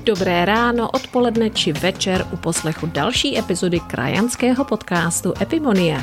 Dobré ráno, odpoledne či večer u poslechu další epizody krajanského podcastu Epimoniak.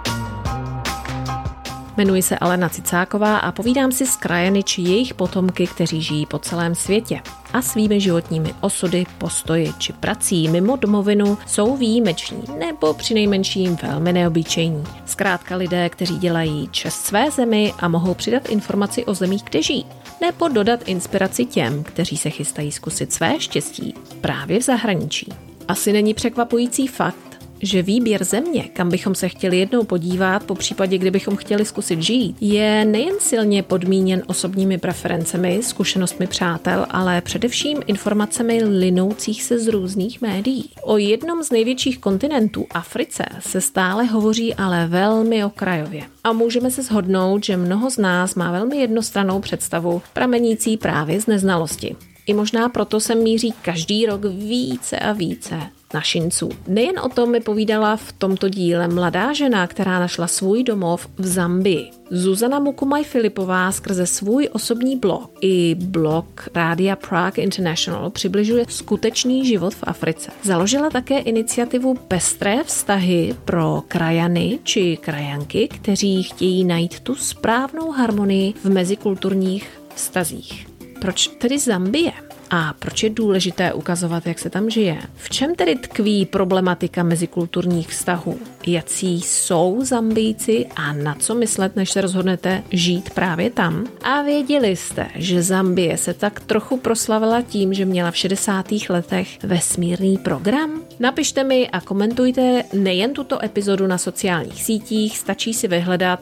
Jmenuji se Alena Cicáková a povídám si s krajany či jejich potomky, kteří žijí po celém světě. A svými životními osudy, postoji či prací mimo domovinu jsou výjimeční nebo přinejmenším velmi neobyčejní. Zkrátka lidé, kteří dělají čest své zemi a mohou přidat informaci o zemích, kde žijí. Nebo dodat inspiraci těm, kteří se chystají zkusit své štěstí právě v zahraničí. Asi není překvapující fakt, že výběr země, kam bychom se chtěli jednou podívat, po případě, kdybychom chtěli zkusit žít, je nejen silně podmíněn osobními preferencemi, zkušenostmi přátel, ale především informacemi linoucích se z různých médií. O jednom z největších kontinentů, Africe, se stále hovoří ale velmi okrajově. A můžeme se shodnout, že mnoho z nás má velmi jednostrannou představu, pramenící právě z neznalosti. I možná proto se míří každý rok více a více našinců. Nejen o tom mi povídala v tomto díle mladá žena, která našla svůj domov v Zambii. Zuzana Mukumaj-Filipová skrze svůj osobní blog i blog Rádia Prague International přibližuje skutečný život v Africe. Založila také iniciativu Pestré vztahy pro krajany či krajanky, kteří chtějí najít tu správnou harmonii v mezikulturních vztazích. Proč tedy Zambie? A proč je důležité ukazovat, jak se tam žije? V čem tedy tkví problematika mezikulturních vztahů? Jací jsou Zambijci a na co myslet, než se rozhodnete žít právě tam? A věděli jste, že Zambie se tak trochu proslavila tím, že měla v 60. letech vesmírný program? Napište mi a komentujte nejen tuto epizodu na sociálních sítích, stačí si vyhledat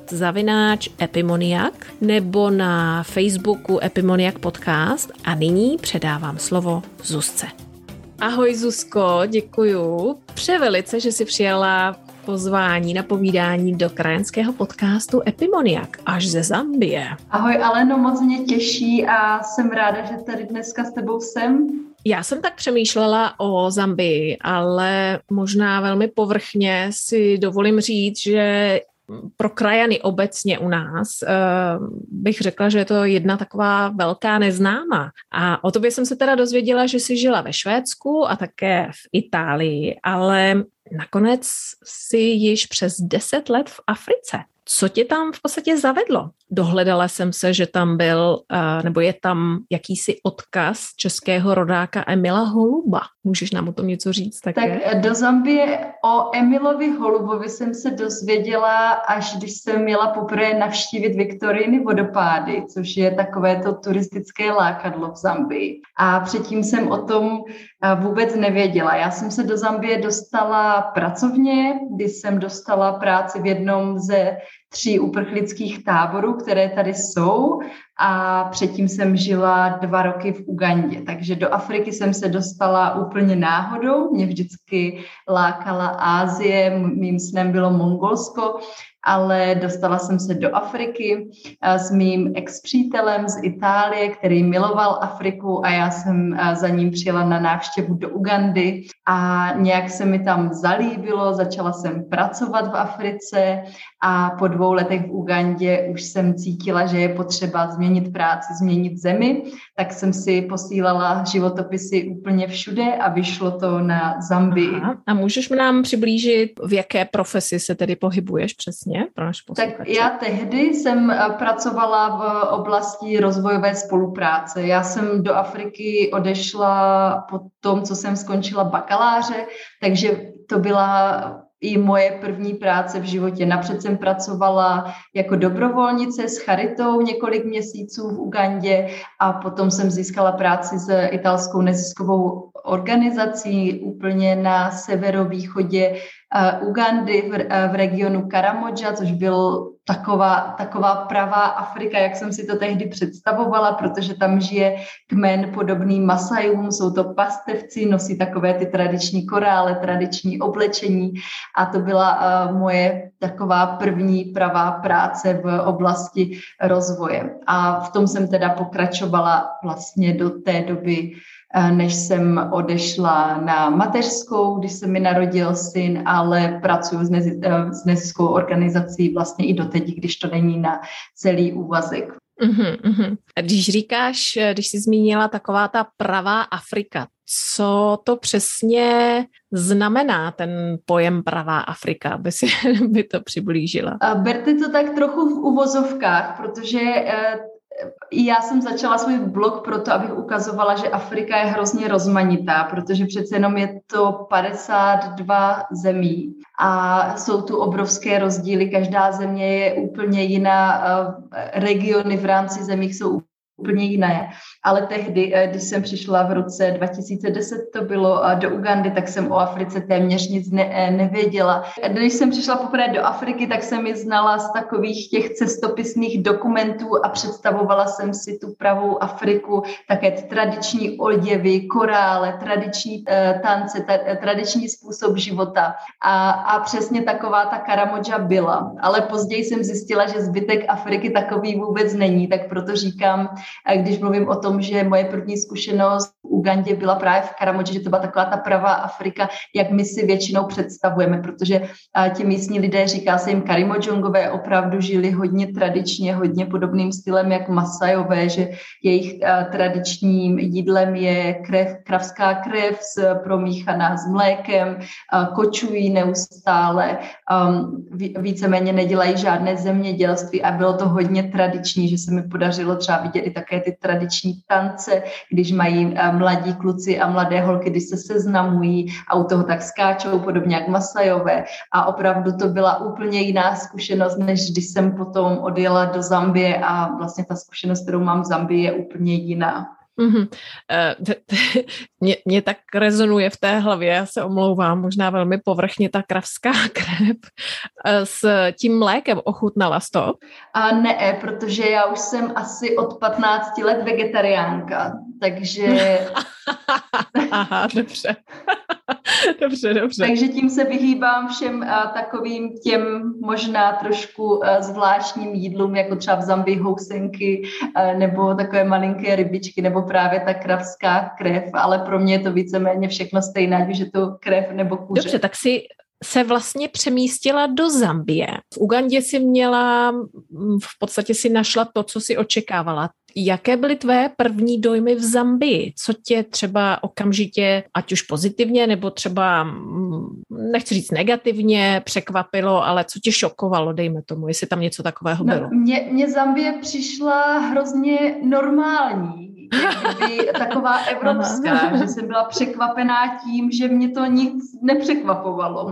@Epimoniak nebo na Facebooku Epimoniak podcast a nyní předávám slovo Zuzce. Ahoj Zuzko, děkuju převelice, že jsi přijala pozvání na povídání do krajanského podcastu Epimoniak až ze Zambie. Ahoj Aleno, moc mě těší a jsem ráda, že tady dneska s tebou jsem. Já jsem tak přemýšlela o Zambii, ale možná velmi povrchně si dovolím říct, že pro krajany obecně u nás bych řekla, že je to jedna taková velká neznámá. A o tobě jsem se teda dozvěděla, že jsi žila ve Švédsku a také v Itálii, ale nakonec jsi již přes 10 let v Africe. Co tě tam v podstatě zavedlo? Dohledala jsem se, že tam byl, nebo je tam jakýsi odkaz českého rodáka Emila Holuba. Můžeš nám o tom něco říct také? Tak do Zambie o Emilovi Holubovi jsem se dozvěděla, až když jsem měla poprvé navštívit Viktoriiny vodopády, což je takovéto turistické lákadlo v Zambii. A předtím jsem o tom vůbec nevěděla. Já jsem se do Zambie dostala pracovně, kdy jsem dostala práci v jednom ze 3 uprchlických táborů, které tady jsou, a předtím jsem žila 2 roky v Ugandě. Takže do Afriky jsem se dostala úplně náhodou. Mě vždycky lákala Asie, mým snem bylo Mongolsko, ale dostala jsem se do Afriky s mým ex-přítelem z Itálie, který miloval Afriku, a já jsem za ním přijela na návštěvu do Ugandy a nějak se mi tam zalíbilo, začala jsem pracovat v Africe a po 2 letech v Ugandě už jsem cítila, že je potřeba změnit práci, změnit zemi, tak jsem si posílala životopisy úplně všude a vyšlo to na Zambii. Aha. A můžeš nám přiblížit, v jaké profesi se tedy pohybuješ přesně pro naše posluchače? Tak já tehdy jsem pracovala v oblasti rozvojové spolupráce. Já jsem do Afriky odešla po tom, co jsem skončila bakaláře, takže to byla i moje první práce v životě. Napřed jsem pracovala jako dobrovolnice s charitou několik měsíců v Ugandě a potom jsem získala práci s italskou neziskovou organizací úplně na severovýchodě Ugandy v regionu Karamoja, což byl taková pravá Afrika, jak jsem si to tehdy představovala, protože tam žije kmen podobný Masajům, jsou to pastevci, nosí takové ty tradiční korále, tradiční oblečení, a to byla moje taková první pravá práce v oblasti rozvoje. A v tom jsem teda pokračovala vlastně do té doby, než jsem odešla na mateřskou, když se mi narodil syn, ale pracuji s neziskovou organizací vlastně i doteď, když to není na celý úvazek. Když jsi zmínila taková ta pravá Afrika, co to přesně znamená ten pojem pravá Afrika, aby si by to přiblížila? Berte to tak trochu v uvozovkách, protože já jsem začala svůj blog proto, abych ukazovala, že Afrika je hrozně rozmanitá, protože přece jenom je to 52 zemí a jsou tu obrovské rozdíly. Každá země je úplně jiná, regiony v rámci zemí jsou úplně jiné. Ale tehdy, když jsem přišla v roce 2010 to bylo do Ugandy, tak jsem o Africe téměř nic nevěděla. Když jsem přišla poprvé do Afriky, tak jsem ji znala z takových těch cestopisných dokumentů a představovala jsem si tu pravou Afriku, také tradiční oděvy, korále, tradiční tance, tradiční způsob života. A přesně taková ta Karamodža byla. Ale později jsem zjistila, že zbytek Afriky takový vůbec není, tak proto říkám, když mluvím o tom, že moje první zkušenost v Ugandě byla právě v Karamodži, že to byla taková ta pravá Afrika, jak my si většinou představujeme, protože ti místní lidé, říká se jim Karimodžongové, opravdu žili hodně tradičně, hodně podobným stylem jak Masajové, že jejich tradičním jídlem je kravská krev promíchaná s mlékem, kočují neustále, víceméně nedělají žádné zemědělství a bylo to hodně tradiční, že se mi podařilo třeba vidět i také ty tradiční tance, když mají mladí kluci a mladé holky, když se seznamují a u toho tak skáčou, podobně jak Masajové. A opravdu to byla úplně jiná zkušenost, než když jsem potom odjela do Zambie a vlastně ta zkušenost, kterou mám v Zambii, je úplně jiná. Mě tak rezonuje v té hlavě, já se omlouvám, možná velmi povrchně ta kravská krev. S tím mlékem ochutnala jsi to? Ne, protože já už jsem asi od 15 let vegetariánka, takže... Aha, dobře. Dobře. Takže tím se vyhýbám všem takovým těm možná trošku zvláštním jídlům, jako třeba v Zambii housenky nebo takové malinké rybičky, nebo právě ta kravská krev, ale pro mě je to víceméně všechno stejné, ať už je to krev nebo kuře. Dobře, tak si se vlastně přemístila do Zambie. V Ugandě si měla, v podstatě si našla to, co si očekávala. Jaké byly tvé první dojmy v Zambii? Co tě třeba okamžitě, ať už pozitivně, nebo třeba, nechci říct negativně, překvapilo, ale co tě šokovalo, dejme tomu, jestli tam něco takového bylo? Mně Zambie přišla hrozně normální, kdyby taková evropská, že jsem byla překvapená tím, že mě to nic nepřekvapovalo.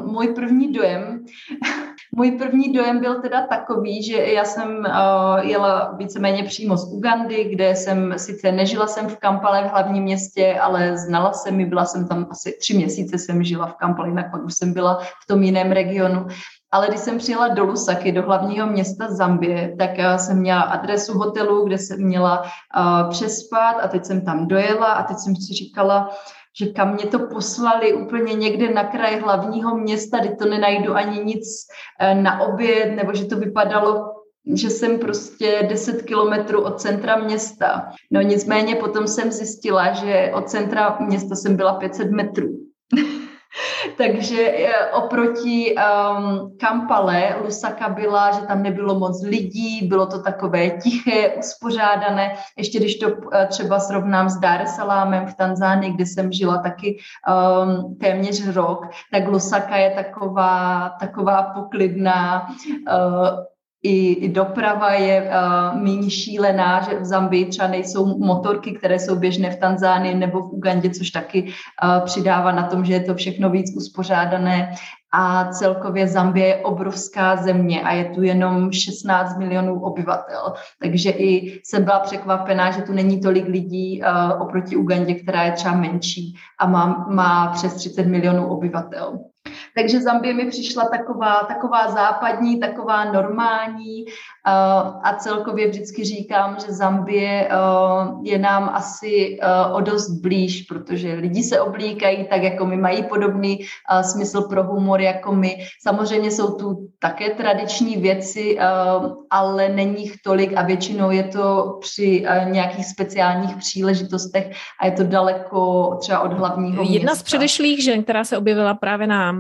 Můj první dojem byl teda takový, že já jsem jela víceméně přímo z Ugandy, kde jsem sice nežila jsem v Kampale v hlavním městě, ale znala jsem ji, byla jsem tam asi 3 měsíce jsem žila v Kampale, jinak pak už jsem byla v tom jiném regionu. Ale když jsem přijela do Lusaki, do hlavního města Zambie, tak jsem měla adresu hotelu, kde jsem měla přespat a teď jsem tam dojela a teď jsem si říkala, že kam mě to poslali úplně někde na kraji hlavního města, kde to nenajdu ani nic na oběd, nebo že to vypadalo, že jsem prostě 10 kilometrů od centra města. No nicméně potom jsem zjistila, že od centra města jsem byla 500 metrů. Takže oproti Kampale, Lusaka byla, že tam nebylo moc lidí, bylo to takové tiché, uspořádané. Ještě když to třeba srovnám s Dar es Salaamem v Tanzánii, kde jsem žila taky téměř rok, tak Lusaka je taková poklidná, i doprava je méně šílená, že v Zambii třeba nejsou motorky, které jsou běžné v Tanzánii nebo v Ugandě, což taky přidává na tom, že je to všechno víc uspořádané. A celkově Zambie je obrovská země a je tu jenom 16 milionů obyvatel. Takže i jsem byla překvapená, že tu není tolik lidí oproti Ugandě, která je třeba menší a má přes 30 milionů obyvatel. Takže Zambie mi přišla taková západní, taková normální a celkově vždycky říkám, že Zambie je nám asi o dost blíž, protože lidi se oblíkají tak, jako my, mají podobný smysl pro humor jako my. Samozřejmě jsou tu také tradiční věci, ale není jich tolik a většinou je to při nějakých speciálních příležitostech a je to daleko třeba od hlavního města. Jedna z předešlých žen, která se objevila právě na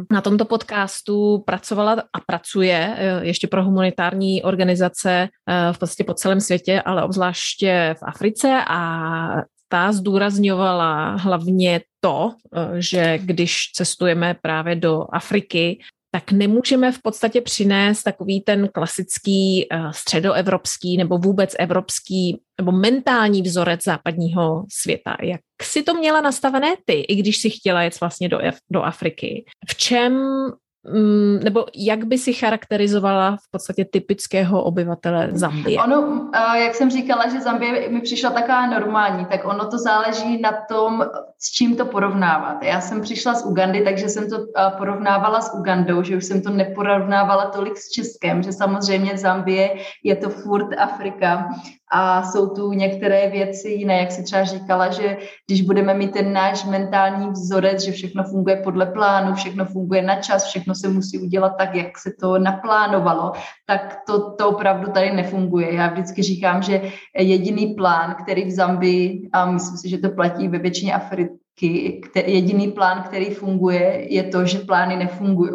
na tomto podcastu pracovala a pracuje ještě pro humanitární organizace v podstatě po celém světě, ale obzvláště v Africe, a ta zdůrazňovala hlavně to, že když cestujeme právě do Afriky, tak nemůžeme v podstatě přinést takový ten klasický středoevropský nebo vůbec evropský nebo mentální vzorec západního světa. Jak si to měla nastavené ty, i když si chtěla jet vlastně do Afriky? V čem nebo jak by si charakterizovala v podstatě typického obyvatele Zambie? Ono, jak jsem říkala, že Zambie mi přišla taková normální, tak ono to záleží na tom, s čím to porovnávat. Já jsem přišla z Ugandy, takže jsem to porovnávala s Ugandou, že už jsem to neporovnávala tolik s Českem, že samozřejmě v Zambie je to furt Afrika a jsou tu některé věci jiné, jak si třeba říkala, že když budeme mít ten náš mentální vzorec, že všechno funguje podle plánu, všechno funguje na čas, všechno se musí udělat tak, jak se to naplánovalo, tak to opravdu tady nefunguje. Já vždycky říkám, že jediný plán, který v Zambii, a myslím si, že to platí ve většině Afriky, jediný plán, který funguje, je to, že plány nefungují.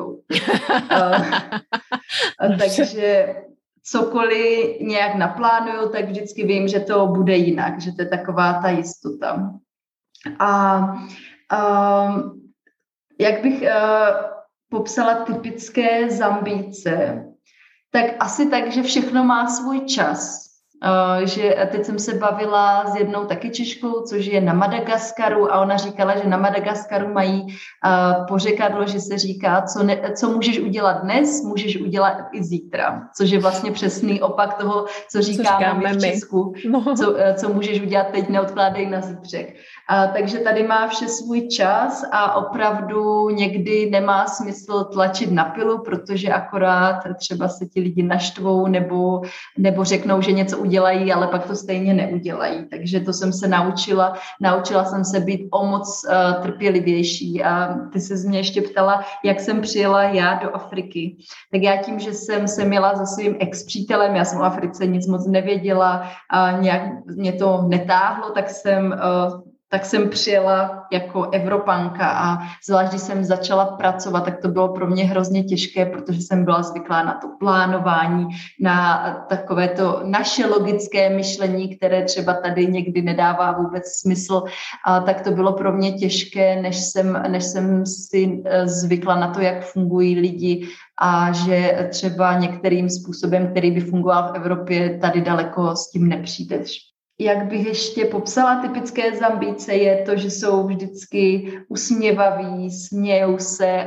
Takže cokoliv nějak naplánuju, tak vždycky vím, že to bude jinak, že to je taková ta jistota. A jak bych popsala typické Zambijce, tak asi tak, že všechno má svůj čas. Že teď jsem se bavila s jednou taky Češkou, což je na Madagaskaru, a ona říkala, že na Madagaskaru mají pořekadlo, že se říká, co můžeš udělat dnes, můžeš udělat i zítra, což je vlastně přesný opak toho, co říkáme my v Česku. No. Co můžeš udělat teď, neodkládej na zítřek. Takže tady má vše svůj čas a opravdu někdy nemá smysl tlačit na pilu, protože akorát třeba se ti lidi naštvou nebo řeknou, že něco udělají, ale pak to stejně neudělají. Takže to jsem se naučila. Naučila jsem se být o moc trpělivější. A ty se mě ještě ptala, jak jsem přijela já do Afriky. Tak já tím, že jsem se měla za svým ex-přítelem, já jsem o Africe nic moc nevěděla, a nějak mě to netáhlo, tak jsem přijela jako Evropanka, a zvlášť, když jsem začala pracovat, tak to bylo pro mě hrozně těžké, protože jsem byla zvyklá na to plánování, na takové to naše logické myšlení, které třeba tady někdy nedává vůbec smysl, tak to bylo pro mě těžké, než jsem si zvykla na to, jak fungují lidi, a že třeba některým způsobem, který by fungoval v Evropě, tady daleko s tím nepřijdeš. Jak bych ještě popsala typické Zambijce, je to, že jsou vždycky usměvaví, smějou se,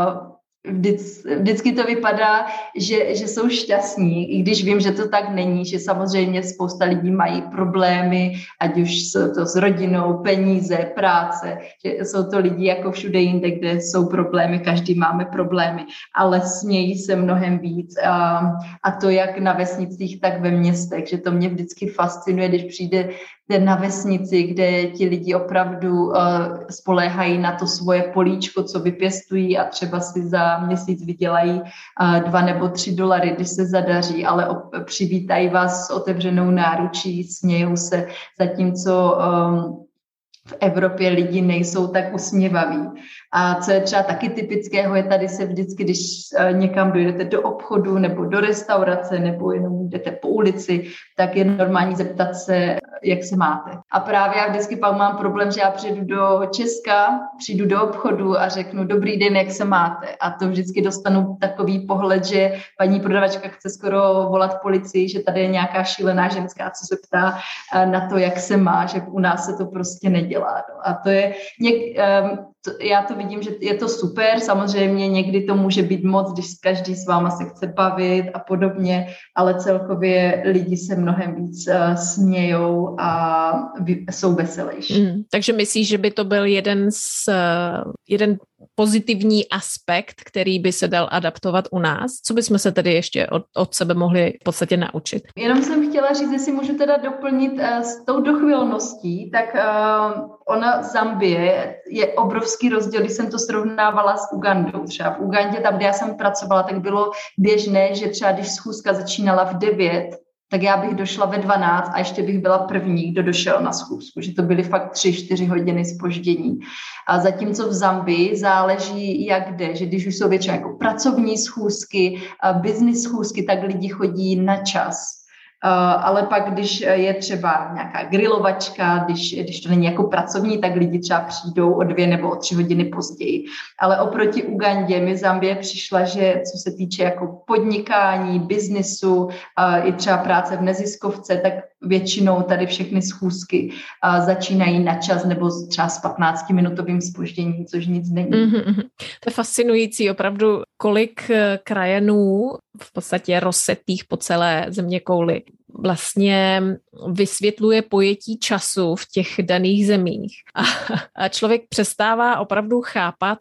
vždycky to vypadá, že jsou šťastní, i když vím, že to tak není, že samozřejmě spousta lidí mají problémy, ať už jsou to s rodinou, peníze, práce, že jsou to lidi jako všude jinde, kde jsou problémy, každý máme problémy, ale smějí se mnohem víc, a to jak na vesnicích, tak ve městech, že to mě vždycky fascinuje, když přijde na vesnici, kde ti lidi opravdu spoléhají na to svoje políčko, co vypěstují, a třeba si za měsíc vydělají $2 nebo $3, když se zadaří, ale přivítají vás s otevřenou náručí, smějou se, zatímco v Evropě lidi nejsou tak usměvaví. A co je třeba taky typického, je tady se vždycky, když někam dojdete do obchodu nebo do restaurace nebo jenom jdete po ulici, tak je normální zeptat se, jak se máte. A právě já vždycky pak mám problém, že já přijdu do Česka, přijdu do obchodu a řeknu dobrý den, jak se máte. A to vždycky dostanu takový pohled, že paní prodavačka chce skoro volat policii, že tady je nějaká šílená ženská, co se ptá na to, jak se má, že u nás se to prostě nedělá. A to je já to vidím, že je to super, samozřejmě někdy to může být moc, když každý s váma se chce bavit a podobně, ale celkově lidi se mnohem víc smějou a jsou veselější. Takže myslíš, že by to byl jeden pozitivní aspekt, který by se dal adaptovat u nás? Co bychom se tedy ještě od sebe mohli v podstatě naučit? Jenom jsem chtěla říct, jestli můžu teda doplnit s tou dochvilností, tak ona Zambie je obrovský rozdíl, když jsem to srovnávala s Ugandou. Třeba v Ugandě, tam, kde já jsem pracovala, tak bylo běžné, že třeba když schůzka začínala v 9, tak já bych došla ve 12 a ještě bych byla první, kdo došel na schůzku, že to byly fakt 3-4 hodiny zpoždění. A zatímco v Zambii záleží jak kde, že když už jsou většinou jako pracovní schůzky, business schůzky, tak lidi chodí na čas. Ale pak, když je třeba nějaká grilovačka, když to není jako pracovní, tak lidi třeba přijdou o 2 nebo o 3 hodiny později. Ale oproti Ugandě mi Zambie přišla, že co se týče jako podnikání, biznisu, i třeba práce v neziskovce, tak většinou tady všechny schůzky začínají na čas nebo třeba s 15-minutovým zpožděním, což nic není. To je fascinující opravdu, kolik krajanů v podstatě rozsetých po celé zeměkouli vlastně vysvětluje pojetí času v těch daných zemích. A člověk přestává opravdu chápat,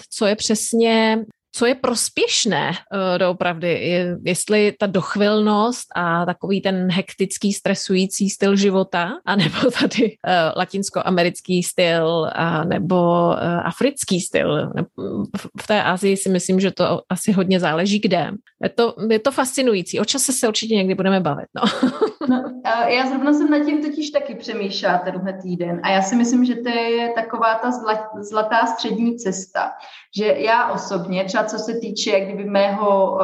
co je prospěšné doopravdy, jestli ta dochvilnost a takový ten hektický, stresující styl života, anebo tady latinskoamerický styl, nebo africký styl. V té Asii si myslím, že to asi hodně záleží kde. Je to fascinující. O čase se určitě někdy budeme bavit. Já zrovna jsem nad tím totiž taky přemýšlela tenhle týden a já si myslím, že to je taková ta zlatá střední cesta, že já osobně, třeba co se týče jak kdyby mého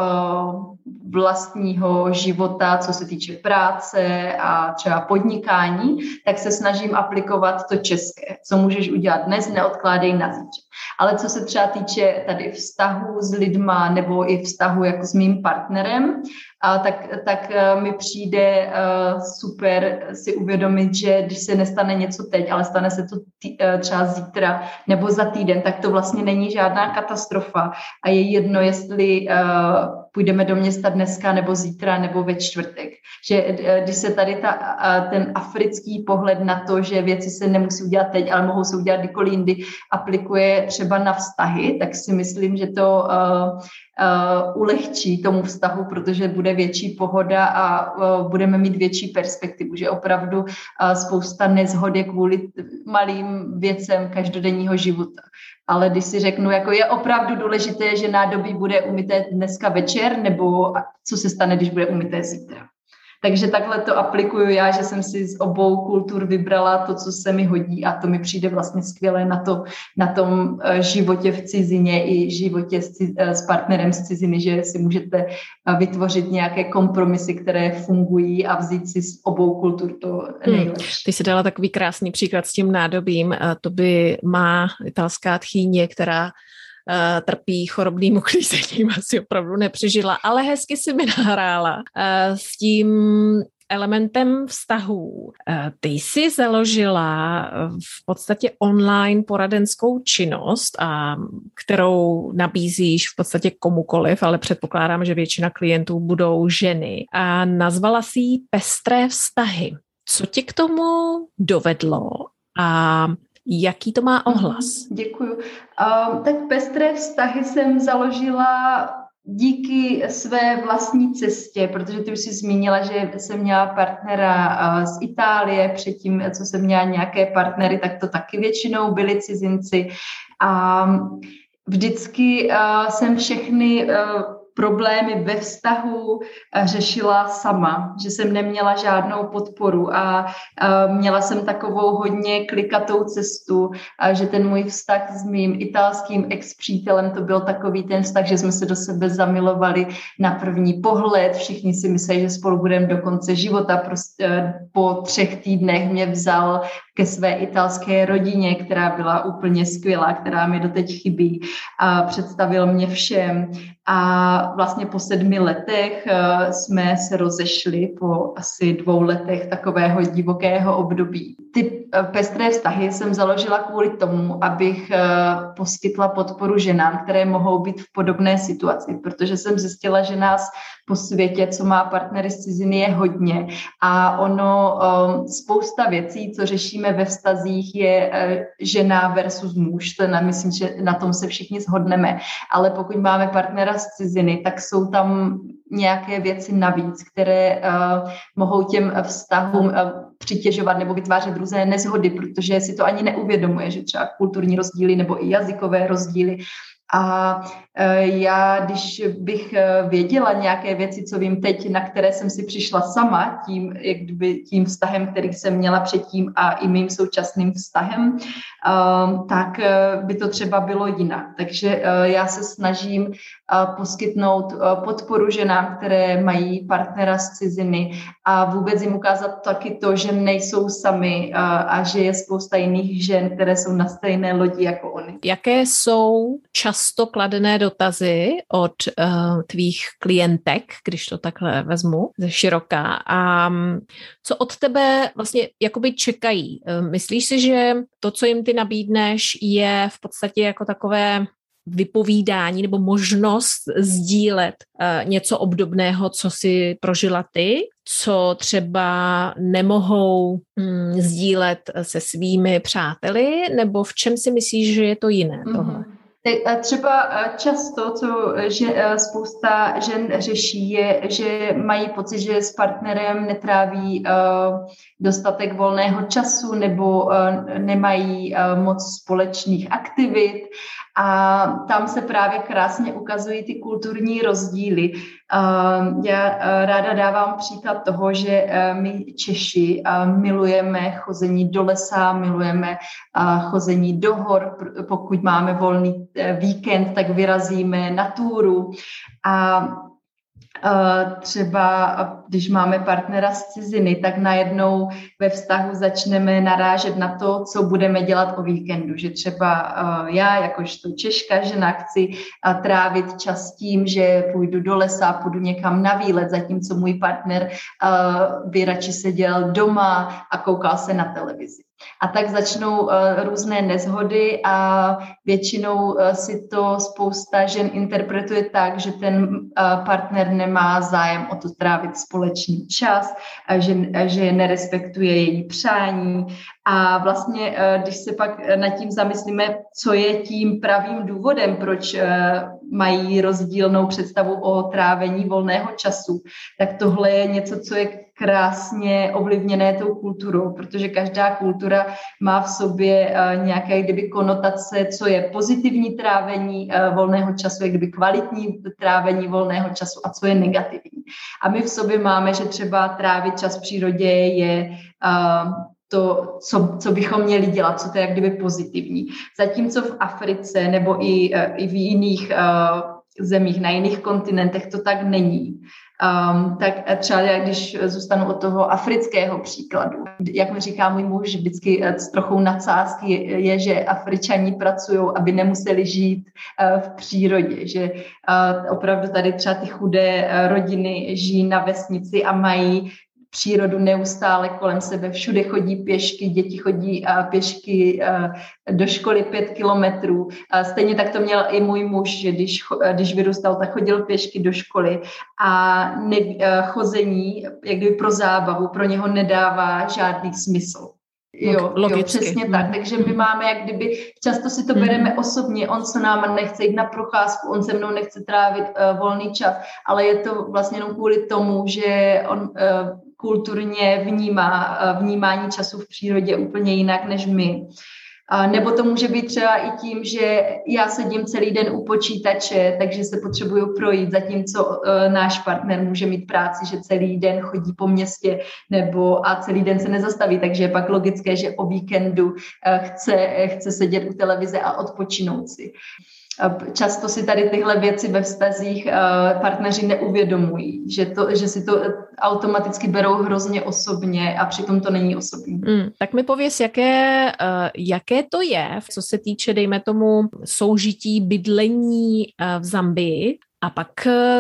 vlastního života, co se týče práce a třeba podnikání, tak se snažím aplikovat to české. Co můžeš udělat dnes, neodkládej na zítřek. Ale co se třeba týče tady vztahu s lidma nebo i vztahu jako s mým partnerem, tak mi přijde super si uvědomit, že když se nestane něco teď, ale stane se to třeba zítra nebo za týden, tak to vlastně není žádná katastrofa a je jedno, jestli půjdeme do města dneska nebo zítra nebo ve čtvrtek. Že když se tady ten africký pohled na to, že věci se nemusí udělat teď, ale mohou se udělat kdykoliv jindy, aplikuje třeba na vztahy, tak si myslím, že to ulehčí tomu vztahu, protože bude větší pohoda a budeme mít větší perspektivu, že opravdu spousta nezhod je kvůli malým věcem každodenního života. Ale když si řeknu, jako je opravdu důležité, že nádobí bude umyté dneska večer, nebo co se stane, když bude umyté zítra. Takže takhle to aplikuju já, že jsem si z obou kultur vybrala to, co se mi hodí a to mi přijde vlastně skvělé na tom životě v cizině i životě s partnerem z ciziny, že si můžete vytvořit nějaké kompromisy, které fungují a vzít si z obou kultur to nejlepší. Ty jsi dala takový krásný příklad s tím nádobím. To by má italská tchýně, která trpí chorobným uklízením, asi opravdu nepřežila, ale hezky si mi nahrála s tím elementem vztahů. Ty jsi založila v podstatě online poradenskou činnost, kterou nabízíš v podstatě komukoliv, ale předpokládám, že většina klientů budou ženy. A nazvala si ji Pestré vztahy. Co tě k tomu dovedlo a jaký to má ohlas? Děkuju. Tak Pestré vztahy jsem založila díky své vlastní cestě, protože ty už jsi zmínila, že jsem měla partnera z Itálie, předtím, co jsem měla nějaké partnery, tak to taky většinou byli cizinci. A vždycky jsem všechny problémy ve vztahu řešila sama, že jsem neměla žádnou podporu a měla jsem takovou hodně klikatou cestu, že ten můj vztah s mým italským ex-přítelem, to byl takový ten vztah, že jsme se do sebe zamilovali na první pohled, všichni si mysleli, že spolu budeme do konce života, prostě po 3 týdnech mě vzal ke své italské rodině, která byla úplně skvělá, která mi doteď chybí a představil mě všem. A vlastně po 7 letech jsme se rozešli po asi 2 letech takového divokého období. Ty pestré vztahy jsem založila kvůli tomu, abych poskytla podporu ženám, které mohou být v podobné situaci, protože jsem zjistila, že nás po světě, co má partnery z ciziny, je hodně. A spousta věcí, co řešíme ve vztazích, je žena versus muž. Myslím, že na tom se všichni shodneme. Ale pokud máme partnera z ciziny, tak jsou tam nějaké věci navíc, které mohou těm vztahům přitěžovat nebo vytvářet různé nezhody, protože si to ani neuvědomuje, že třeba kulturní rozdíly nebo i jazykové rozdíly A já, když bych věděla nějaké věci, co vím teď, na které jsem si přišla sama, tím vztahem, který jsem měla předtím a i mým současným vztahem, tak by to třeba bylo jinak. Takže já se snažím poskytnout podporu ženám, které mají partnera z ciziny a vůbec jim ukázat taky to, že nejsou sami a že je spousta jiných žen, které jsou na stejné lodi jako oni. Jaké jsou často kladené dotazy od tvých klientek, když to takhle vezmu ze široka, a co od tebe vlastně jakoby čekají? Myslíš si, že to, co jim ty nabídneš, je v podstatě jako takové vypovídání nebo možnost sdílet něco obdobného, co si prožila ty, co třeba nemohou sdílet se svými přáteli, nebo v čem si myslíš, že je to jiné tohle? Třeba často, že spousta žen řeší, je, že mají pocit, že s partnerem netráví dostatek volného času nebo nemají moc společných aktivit. A tam se právě krásně ukazují ty kulturní rozdíly. Já ráda dávám příklad toho, že my Češi milujeme chození do lesa, milujeme chození do hor. Pokud máme volný víkend, tak vyrazíme na túru. A třeba když máme partnera z ciziny, tak najednou ve vztahu začneme narážet na to, co budeme dělat o víkendu. Že třeba já, jakožto Češka žena, chci trávit čas tím, že půjdu do lesa, půjdu někam na výlet, zatímco můj partner by radši seděl doma a koukal se na televizi. A tak začnou různé neshody a většinou si to spousta žen interpretuje tak, že ten partner nemá zájem o to trávit společný čas, že nerespektuje její přání. A vlastně, když se pak nad tím zamyslíme, co je tím pravým důvodem, proč mají rozdílnou představu o trávení volného času, tak tohle je něco, co je krásně ovlivněné tou kulturou, protože každá kultura má v sobě nějaké konotace, co je pozitivní trávení volného času, jak kvalitní trávení volného času a co je negativní. A my v sobě máme, že třeba trávit čas v přírodě je to, co bychom měli dělat, co to je jak kdyby pozitivní. Zatímco v Africe nebo i v jiných zemích, na jiných kontinentech to tak není. Tak třeba když zůstanu od toho afrického příkladu, jak mi říká můj muž vždycky s trochou nadsázky, je, že Afričani pracují, aby nemuseli žít v přírodě, že opravdu tady třeba ty chudé rodiny žijí na vesnici a mají přírodu neustále kolem sebe, všude chodí pěšky, děti chodí pěšky do školy 5 kilometrů. Stejně tak to měl i můj muž, že když vyrůstal, tak chodil pěšky do školy a chození, jak kdyby pro zábavu, pro něho nedává žádný smysl. Jo, přesně tak. Takže my máme, jak kdyby, často si to bereme osobně, on se náma nechce jít na procházku, on se mnou nechce trávit volný čas, ale je to vlastně jenom kvůli tomu, že on kulturně vnímá vnímání času v přírodě úplně jinak než my. Nebo to může být třeba i tím, že já sedím celý den u počítače, takže se potřebuju projít, zatímco náš partner může mít práci, že celý den chodí po městě a celý den se nezastaví, takže je pak logické, že o víkendu chce sedět u televize a odpočinout si. Často si tady tyhle věci ve vztazích partneři neuvědomují, že si to automaticky berou hrozně osobně a přitom to není osobní. Tak mi pověz, jaké to je, co se týče, dejme tomu, soužití, bydlení v Zambii. A pak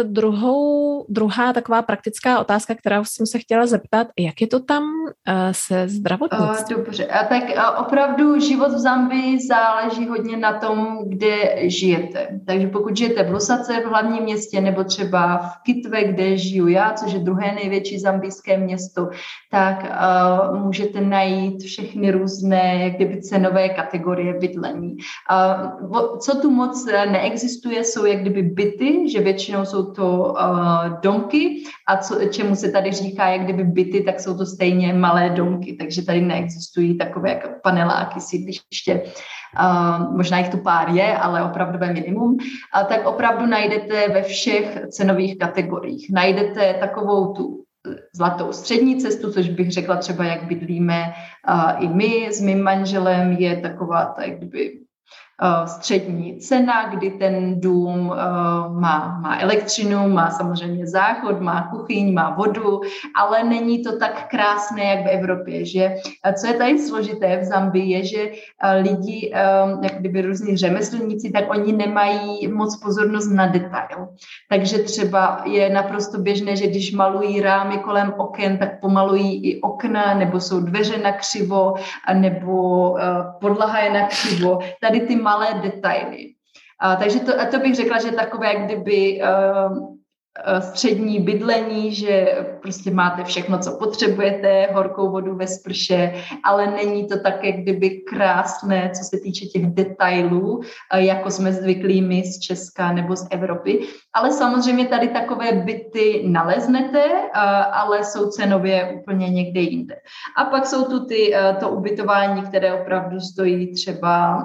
druhá taková praktická otázka, kterou jsem se chtěla zeptat, jak je to tam se zdravotnictvím? Dobře, tak opravdu život v Zambii záleží hodně na tom, kde žijete. Takže pokud žijete v Lusace, v hlavním městě, nebo třeba v Kitwe, kde žiju já, což je druhé největší zambijské město, tak můžete najít všechny různé, jak kdyby cenové kategorie bydlení. Co tu moc neexistuje, jsou jak kdyby byty, bydlení, že většinou jsou to domky a čemu se tady říká, jak kdyby byty, tak jsou to stejně malé domky, takže tady neexistují takové jako paneláky, sídliště. Možná jich tu pár je, ale opravdové minimum, tak opravdu najdete ve všech cenových kategoriích. Najdete takovou tu zlatou střední cestu, což bych řekla třeba, jak bydlíme i my s mým manželem, je taková ta, jak kdyby střední cena, kdy ten dům má elektřinu, má samozřejmě záchod, má kuchyň, má vodu, ale není to tak krásné, jak v Evropě. Že, co je tady složité v Zambii, je, že lidi, jak kdyby různí řemeslníci, tak oni nemají moc pozornost na detail. Takže třeba je naprosto běžné, že když malují rámy kolem oken, tak pomalují i okna, nebo jsou dveře nakřivo, nebo podlaha je nakřivo. Tady ty malé detaily. Takže to bych řekla, že takové, jak kdyby střední bydlení, že prostě máte všechno, co potřebujete, horkou vodu ve sprše, ale není to tak, jak kdyby krásné, co se týče těch detailů, jako jsme zvyklí my z Česka nebo z Evropy. Ale samozřejmě tady takové byty naleznete, ale jsou cenově úplně někde jinde. A pak jsou tu to ubytování, které opravdu stojí třeba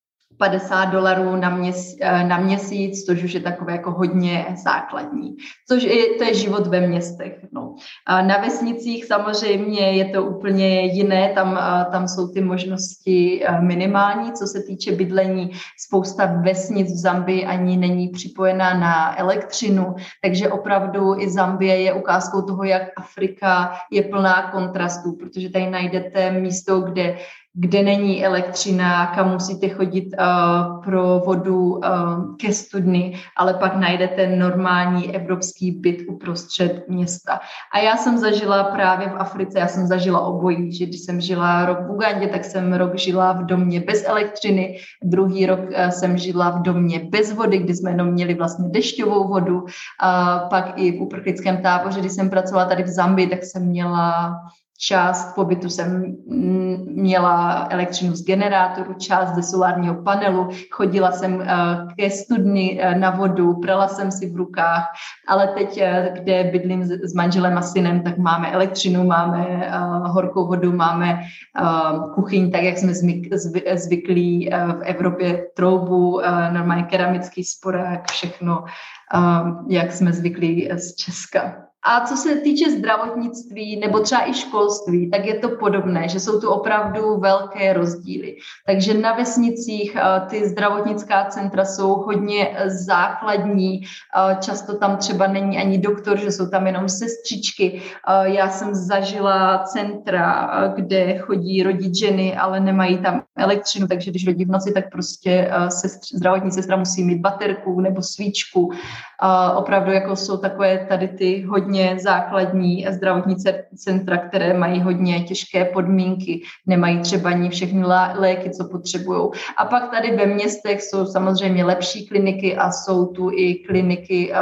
$50 na měsíc, což už je takové jako hodně základní. To je život ve městech. No. Na vesnicích samozřejmě je to úplně jiné, tam jsou ty možnosti minimální, co se týče bydlení. Spousta vesnic v Zambii ani není připojená na elektřinu, takže opravdu i Zambie je ukázkou toho, jak Afrika je plná kontrastů, protože tady najdete místo, kde není elektřina, kam musíte chodit pro vodu ke studni, ale pak najdete normální evropský byt uprostřed města. A já jsem zažila právě v Africe, já jsem zažila obojí, že když jsem žila rok v Ugandě, tak jsem rok žila v domě bez elektřiny, druhý rok jsem žila v domě bez vody, kdy jsme jenom měli vlastně dešťovou vodu. Pak i v uprchlickém táboře, když jsem pracovala tady v Zambii, tak jsem měla část pobytu jsem měla elektřinu z generátoru, část ze solárního panelu, chodila jsem ke studni na vodu, prala jsem si v rukách, ale teď, kde bydlím s manželem a synem, tak máme elektřinu, máme horkou vodu, máme kuchyň, tak jak jsme zvyklí v Evropě, troubu, normálně keramický sporák, všechno, jak jsme zvyklí z Česka. A co se týče zdravotnictví nebo třeba i školství, tak je to podobné, že jsou tu opravdu velké rozdíly. Takže na vesnicích ty zdravotnická centra jsou hodně základní, často tam třeba není ani doktor, že jsou tam jenom sestřičky. Já jsem zažila centra, kde chodí rodit ženy, ale nemají tam elektřinu, takže když rodí v noci, tak prostě zdravotní sestra musí mít baterku nebo svíčku. Opravdu jako jsou takové tady ty hodně základní zdravotní centra, které mají hodně těžké podmínky, nemají třeba ani všechny léky, co potřebují. A pak tady ve městech jsou samozřejmě lepší kliniky a jsou tu i kliniky,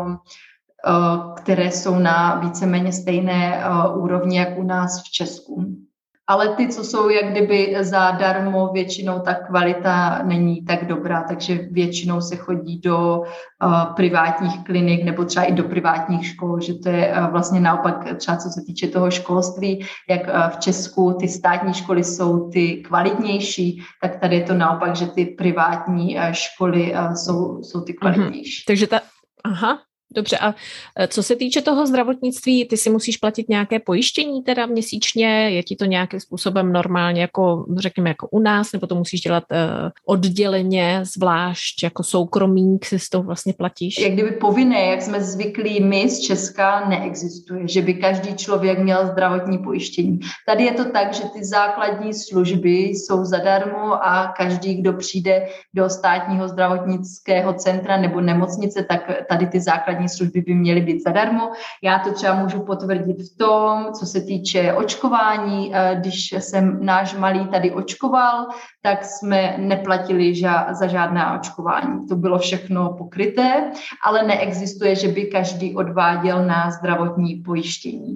které jsou na víceméně stejné úrovni, jak u nás v Česku. Ale ty, co jsou jak kdyby zadarmo, většinou ta kvalita není tak dobrá, takže většinou se chodí do privátních klinik nebo třeba i do privátních škol, že to je vlastně naopak třeba co se týče toho školství, jak v Česku ty státní školy jsou ty kvalitnější, tak tady je to naopak, že ty privátní školy jsou ty kvalitnější. Takže aha. Dobře, a co se týče toho zdravotnictví, ty si musíš platit nějaké pojištění teda měsíčně, je ti to nějakým způsobem normálně, jako řekněme jako u nás, nebo to musíš dělat odděleně, zvlášť jako soukromník si s tou vlastně platíš? Jak kdyby povinné, jak jsme zvyklí my z Česka, neexistuje, že by každý člověk měl zdravotní pojištění. Tady je to tak, že ty základní služby jsou zadarmo a každý, kdo přijde do státního zdravotnického centra nebo nemocnice, tak tady ty základní služby by měly být zadarmo. Já to třeba můžu potvrdit v tom, co se týče očkování. Když jsem náš malý tady očkoval, tak jsme neplatili za žádná očkování. To bylo všechno pokryté, ale neexistuje, že by každý odváděl na zdravotní pojištění.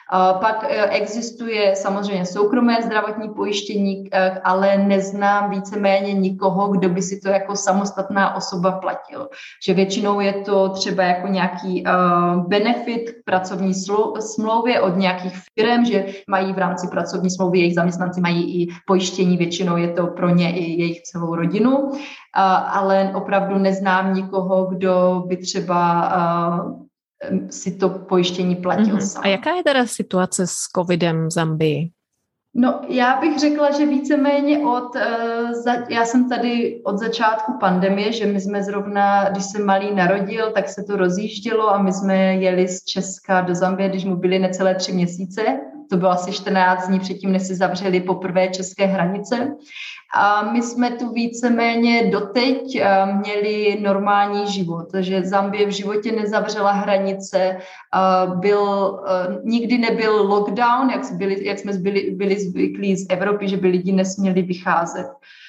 Pak existuje samozřejmě soukromé zdravotní pojištění, ale neznám víceméně nikoho, kdo by si to jako samostatná osoba platil. Že většinou je to třeba jako nějaký benefit k pracovní smlouvě od nějakých firm, že mají v rámci pracovní smlouvy, jejich zaměstnanci mají i pojištění, většinou je to pro ně i jejich celou rodinu, ale opravdu neznám nikoho, kdo by třeba si to pojištění platil sám. A jaká je teda situace s covidem v Zambii? No, já bych řekla, že víceméně já jsem tady od začátku pandemie, že my jsme zrovna, když se malý narodil, tak se to rozjíždělo a my jsme jeli z Česka do Zambie, když mu byly necelé 3 měsíce. To bylo asi 14 dní předtím, než si zavřeli poprvé české hranice. A my jsme tu víceméně doteď měli normální život, takže Zambie v životě nezavřela hranice, nikdy nebyl lockdown, jak jsme byli zvyklí z Evropy, že by lidi nesměli vycházet.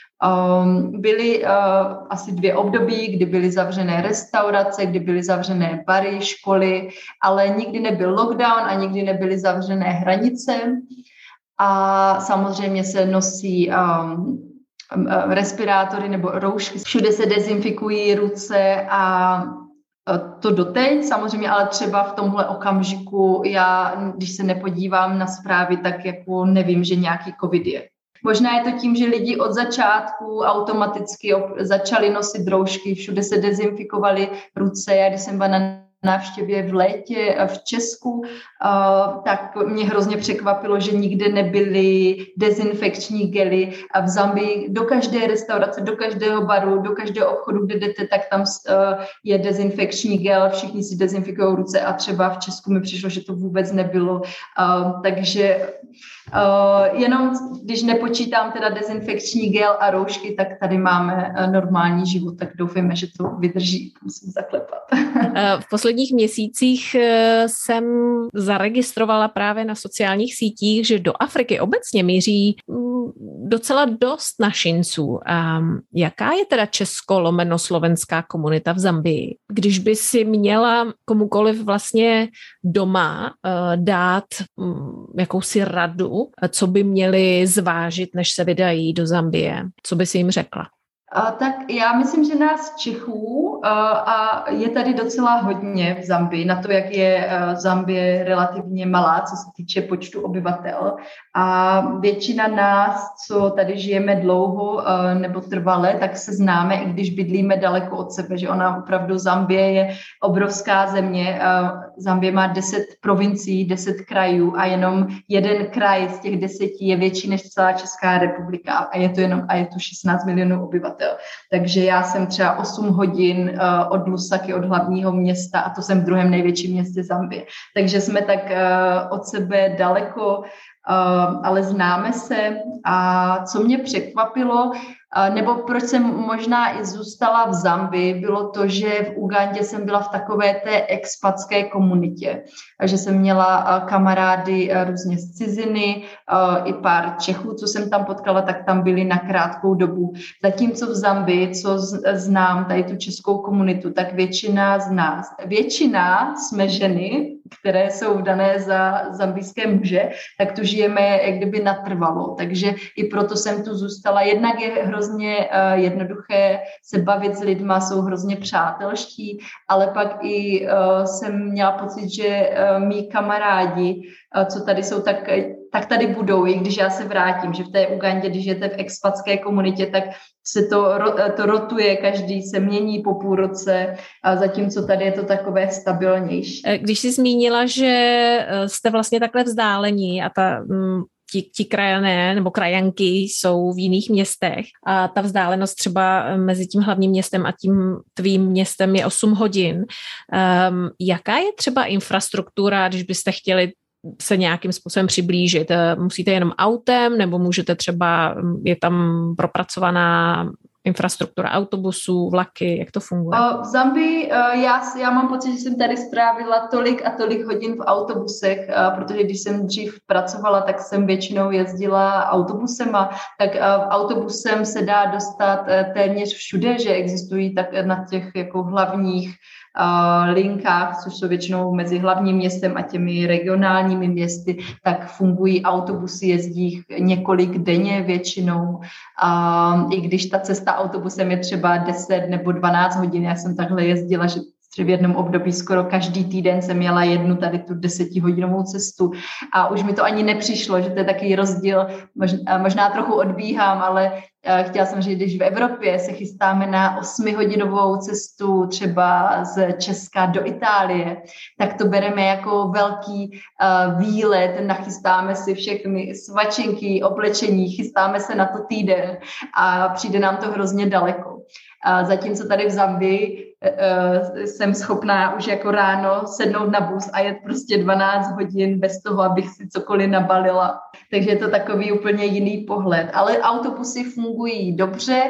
Byly asi 2 období, kdy byly zavřené restaurace, kdy byly zavřené bary, školy, ale nikdy nebyl lockdown a nikdy nebyly zavřené hranice. A samozřejmě se nosí respirátory nebo roušky. Všude se dezinfikují ruce a to doteď, samozřejmě, ale třeba v tomhle okamžiku já, když se nepodívám na zprávy, tak jako nevím, že nějaký covid je. Možná je to tím, že lidi od začátku automaticky začali nosit roušky, všude se dezinfikovali ruce. Já když jsem byla na návštěvě v létě v Česku, tak mě hrozně překvapilo, že nikde nebyly dezinfekční gely a v Zambii do každé restaurace, do každého baru, do každého obchodu, kde jdete, tak tam je dezinfekční gel, všichni si dezinfikují ruce a třeba v Česku mi přišlo, že to vůbec nebylo. Takže jenom když nepočítám teda dezinfekční gel a roušky, tak tady máme normální život, tak doufujeme, že to vydrží, musím zaklepat. V posledních měsících jsem zaregistrovala právě na sociálních sítích, že do Afriky obecně míří docela dost našinců. Jaká je teda česko-slovenská komunita v Zambii? Když by si měla komukoliv vlastně doma dát jakousi radu, co by měli zvážit, než se vydají do Zambie, co by si jim řekla? Tak já myslím, že nás Čechů a je tady docela hodně v Zambii, na to, jak je Zambie relativně malá, co se týče počtu obyvatel. A většina nás, co tady žijeme dlouho nebo trvale, tak se známe, i když bydlíme daleko od sebe, že ona opravdu Zambie je obrovská země. Zambie má 10 provincií, 10 krajů a jenom jeden kraj z těch 10 je větší než celá Česká republika a je to 16 milionů obyvatel. Takže já jsem třeba 8 hodin od Lusaky, od hlavního města a to jsem v druhém největším městě Zambie. Takže jsme tak od sebe daleko, ale známe se. A co mě překvapilo, nebo proč jsem možná i zůstala v Zambii, bylo to, že v Ugandě jsem byla v takové té expatské komunitě, že jsem měla kamarády různě z ciziny, i pár Čechů, co jsem tam potkala, tak tam byli na krátkou dobu. Zatímco v Zambii, co znám tady tu českou komunitu, tak většina jsme ženy, které jsou dané za zambijské muže, tak tu žijeme jak kdyby natrvalo. Takže i proto jsem tu zůstala. Jednak je hrozně jednoduché se bavit s lidma, jsou hrozně přátelští, ale pak i jsem měla pocit, že mý kamarádi, co tady jsou, tak tady budou, i když já se vrátím, že v té Ugandě, když jete v expatské komunitě, tak se to rotuje, každý se mění po půl roce, a zatímco tady je to takové stabilnější. Když jsi zmínila, že jste vlastně takhle vzdálení a ti krajané nebo krajanky jsou v jiných městech a ta vzdálenost třeba mezi tím hlavním městem a tím tvým městem je 8 hodin. Jaká je třeba infrastruktura, když byste chtěli se nějakým způsobem přiblížit? Musíte jenom autem nebo můžete třeba, je tam propracovaná infrastruktura autobusů, vlaky, jak to funguje? V Zambii já mám pocit, že jsem tady strávila tolik a tolik hodin v autobusech, protože když jsem dřív pracovala, tak jsem většinou jezdila autobusem, tak autobusem se dá dostat téměř všude, že existují tak na těch jako hlavních linkách, což jsou většinou mezi hlavním městem a těmi regionálními městy, tak fungují autobusy, jezdí několik denně většinou. I když ta cesta autobusem je třeba 10 nebo 12 hodin, já jsem takhle jezdila, že v jednom období skoro každý týden jsem měla jednu tady tu 10hodinovou cestu a už mi to ani nepřišlo, že to je takový rozdíl, možná trochu odbíhám, ale chtěla jsem říct, když v Evropě se chystáme na 8hodinovou cestu třeba z Česka do Itálie, tak to bereme jako velký výlet, nachystáme si všechny svačinky, oblečení, chystáme se na to týden a přijde nám to hrozně daleko. Zatímco tady v Zambii jsem schopná už jako ráno sednout na bus a jet prostě 12 hodin bez toho, abych si cokoliv nabalila. Takže je to takový úplně jiný pohled. Ale autobusy fungují dobře,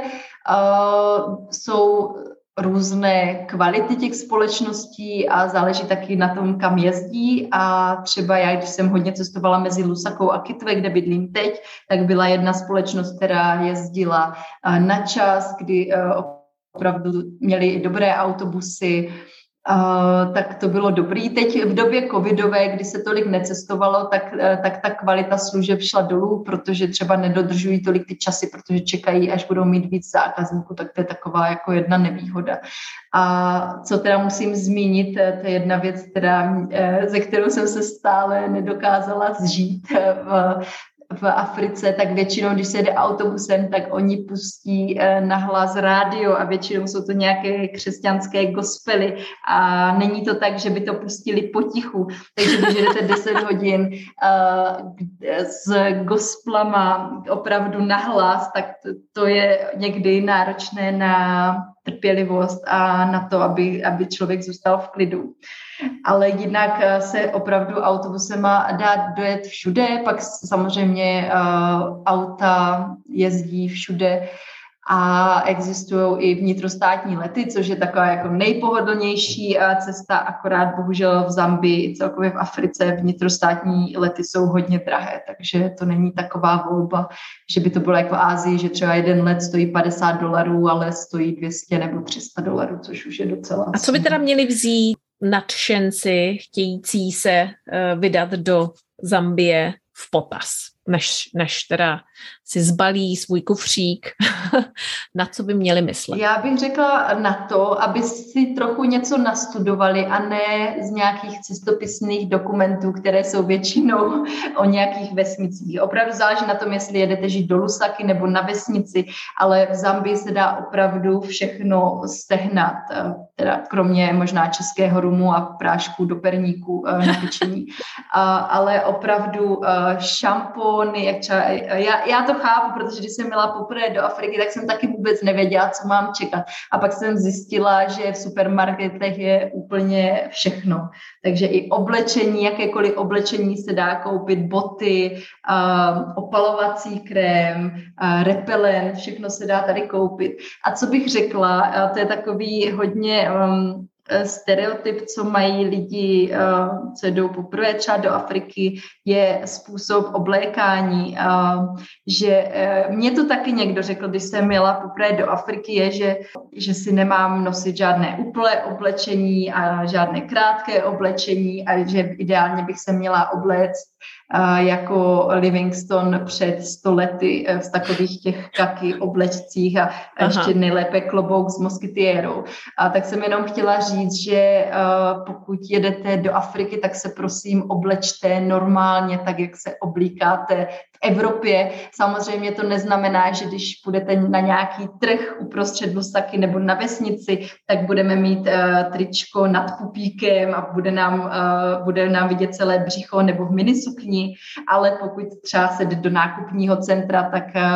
jsou různé kvality těch společností a záleží taky na tom, kam jezdí. A třeba já, když jsem hodně cestovala mezi Lusakou a Kitwe, kde bydlím teď, tak byla jedna společnost, která jezdila na čas, kdy opravdu měli dobré autobusy, tak to bylo dobrý. Teď v době covidové, kdy se tolik necestovalo, tak ta kvalita služeb šla dolů, protože třeba nedodržují tolik ty časy, protože čekají, až budou mít víc zákazníků, tak to je taková jako jedna nevýhoda. A co teda musím zmínit, to je jedna věc, ze kterou jsem se stále nedokázala zžít v Africe, tak většinou, když se jde autobusem, tak oni pustí nahlas rádio a většinou jsou to nějaké křesťanské gospely a není to tak, že by to pustili potichu. Takže když jdete 10 hodin s gosplama opravdu nahlas, tak to je někdy náročné na trpělivost a na to, aby člověk zůstal v klidu. Ale jinak se opravdu autobusem dá dojet všude, pak samozřejmě auta jezdí všude a existují i vnitrostátní lety, což je taková jako nejpohodlnější cesta, akorát bohužel v Zambii, celkově v Africe vnitrostátní lety jsou hodně drahé, takže to není taková volba, že by to bylo jako v Ázii, že třeba jeden let stojí $50, ale stojí $200 nebo $300, což už je docela. A co by teda měli vzít nadšenci chtějící se vydat do Zambie v potaz, než teda si zbalí svůj kufřík, na co by měli myslet? Já bych řekla na to, aby si trochu něco nastudovali a ne z nějakých cestopisných dokumentů, které jsou většinou o nějakých vesnicích. Opravdu záleží na tom, jestli jedete žít do Lusaky nebo na vesnici, ale v Zambii se dá opravdu všechno sehnat, teda kromě možná českého rumu a prášku do perníku na pečení. Ale opravdu šampony, jak třeba, já to chápu, protože když jsem měla poprvé do Afriky, tak jsem taky vůbec nevěděla, co mám čekat. A pak jsem zjistila, že v supermarketech je úplně všechno. Takže i oblečení, jakékoliv oblečení se dá koupit, boty, opalovací krém, repelent, všechno se dá tady koupit. A co bych řekla, to je takový hodně stereotyp, co mají lidi, co jdou poprvé třeba do Afriky, je způsob oblékání. Že mě to taky někdo řekl, když jsem jela poprvé do Afriky, je, že si nemám nosit žádné úplné oblečení a žádné krátké oblečení a že ideálně bych se měla obléct jako Livingstone před 100 lety v takových těch kaky oblečcích a ještě nejlépe klobouk s moskytiérou. Tak jsem jenom chtěla říct, že pokud jedete do Afriky, tak se prosím oblečte normálně, tak jak se oblíkáte v Evropě. Samozřejmě to neznamená, že když půjdete na nějaký trh uprostřed Lusaky nebo na vesnici, tak budeme mít tričko nad pupíkem a bude nám vidět celé břicho nebo v minisukni, ale pokud třeba se jde do nákupního centra,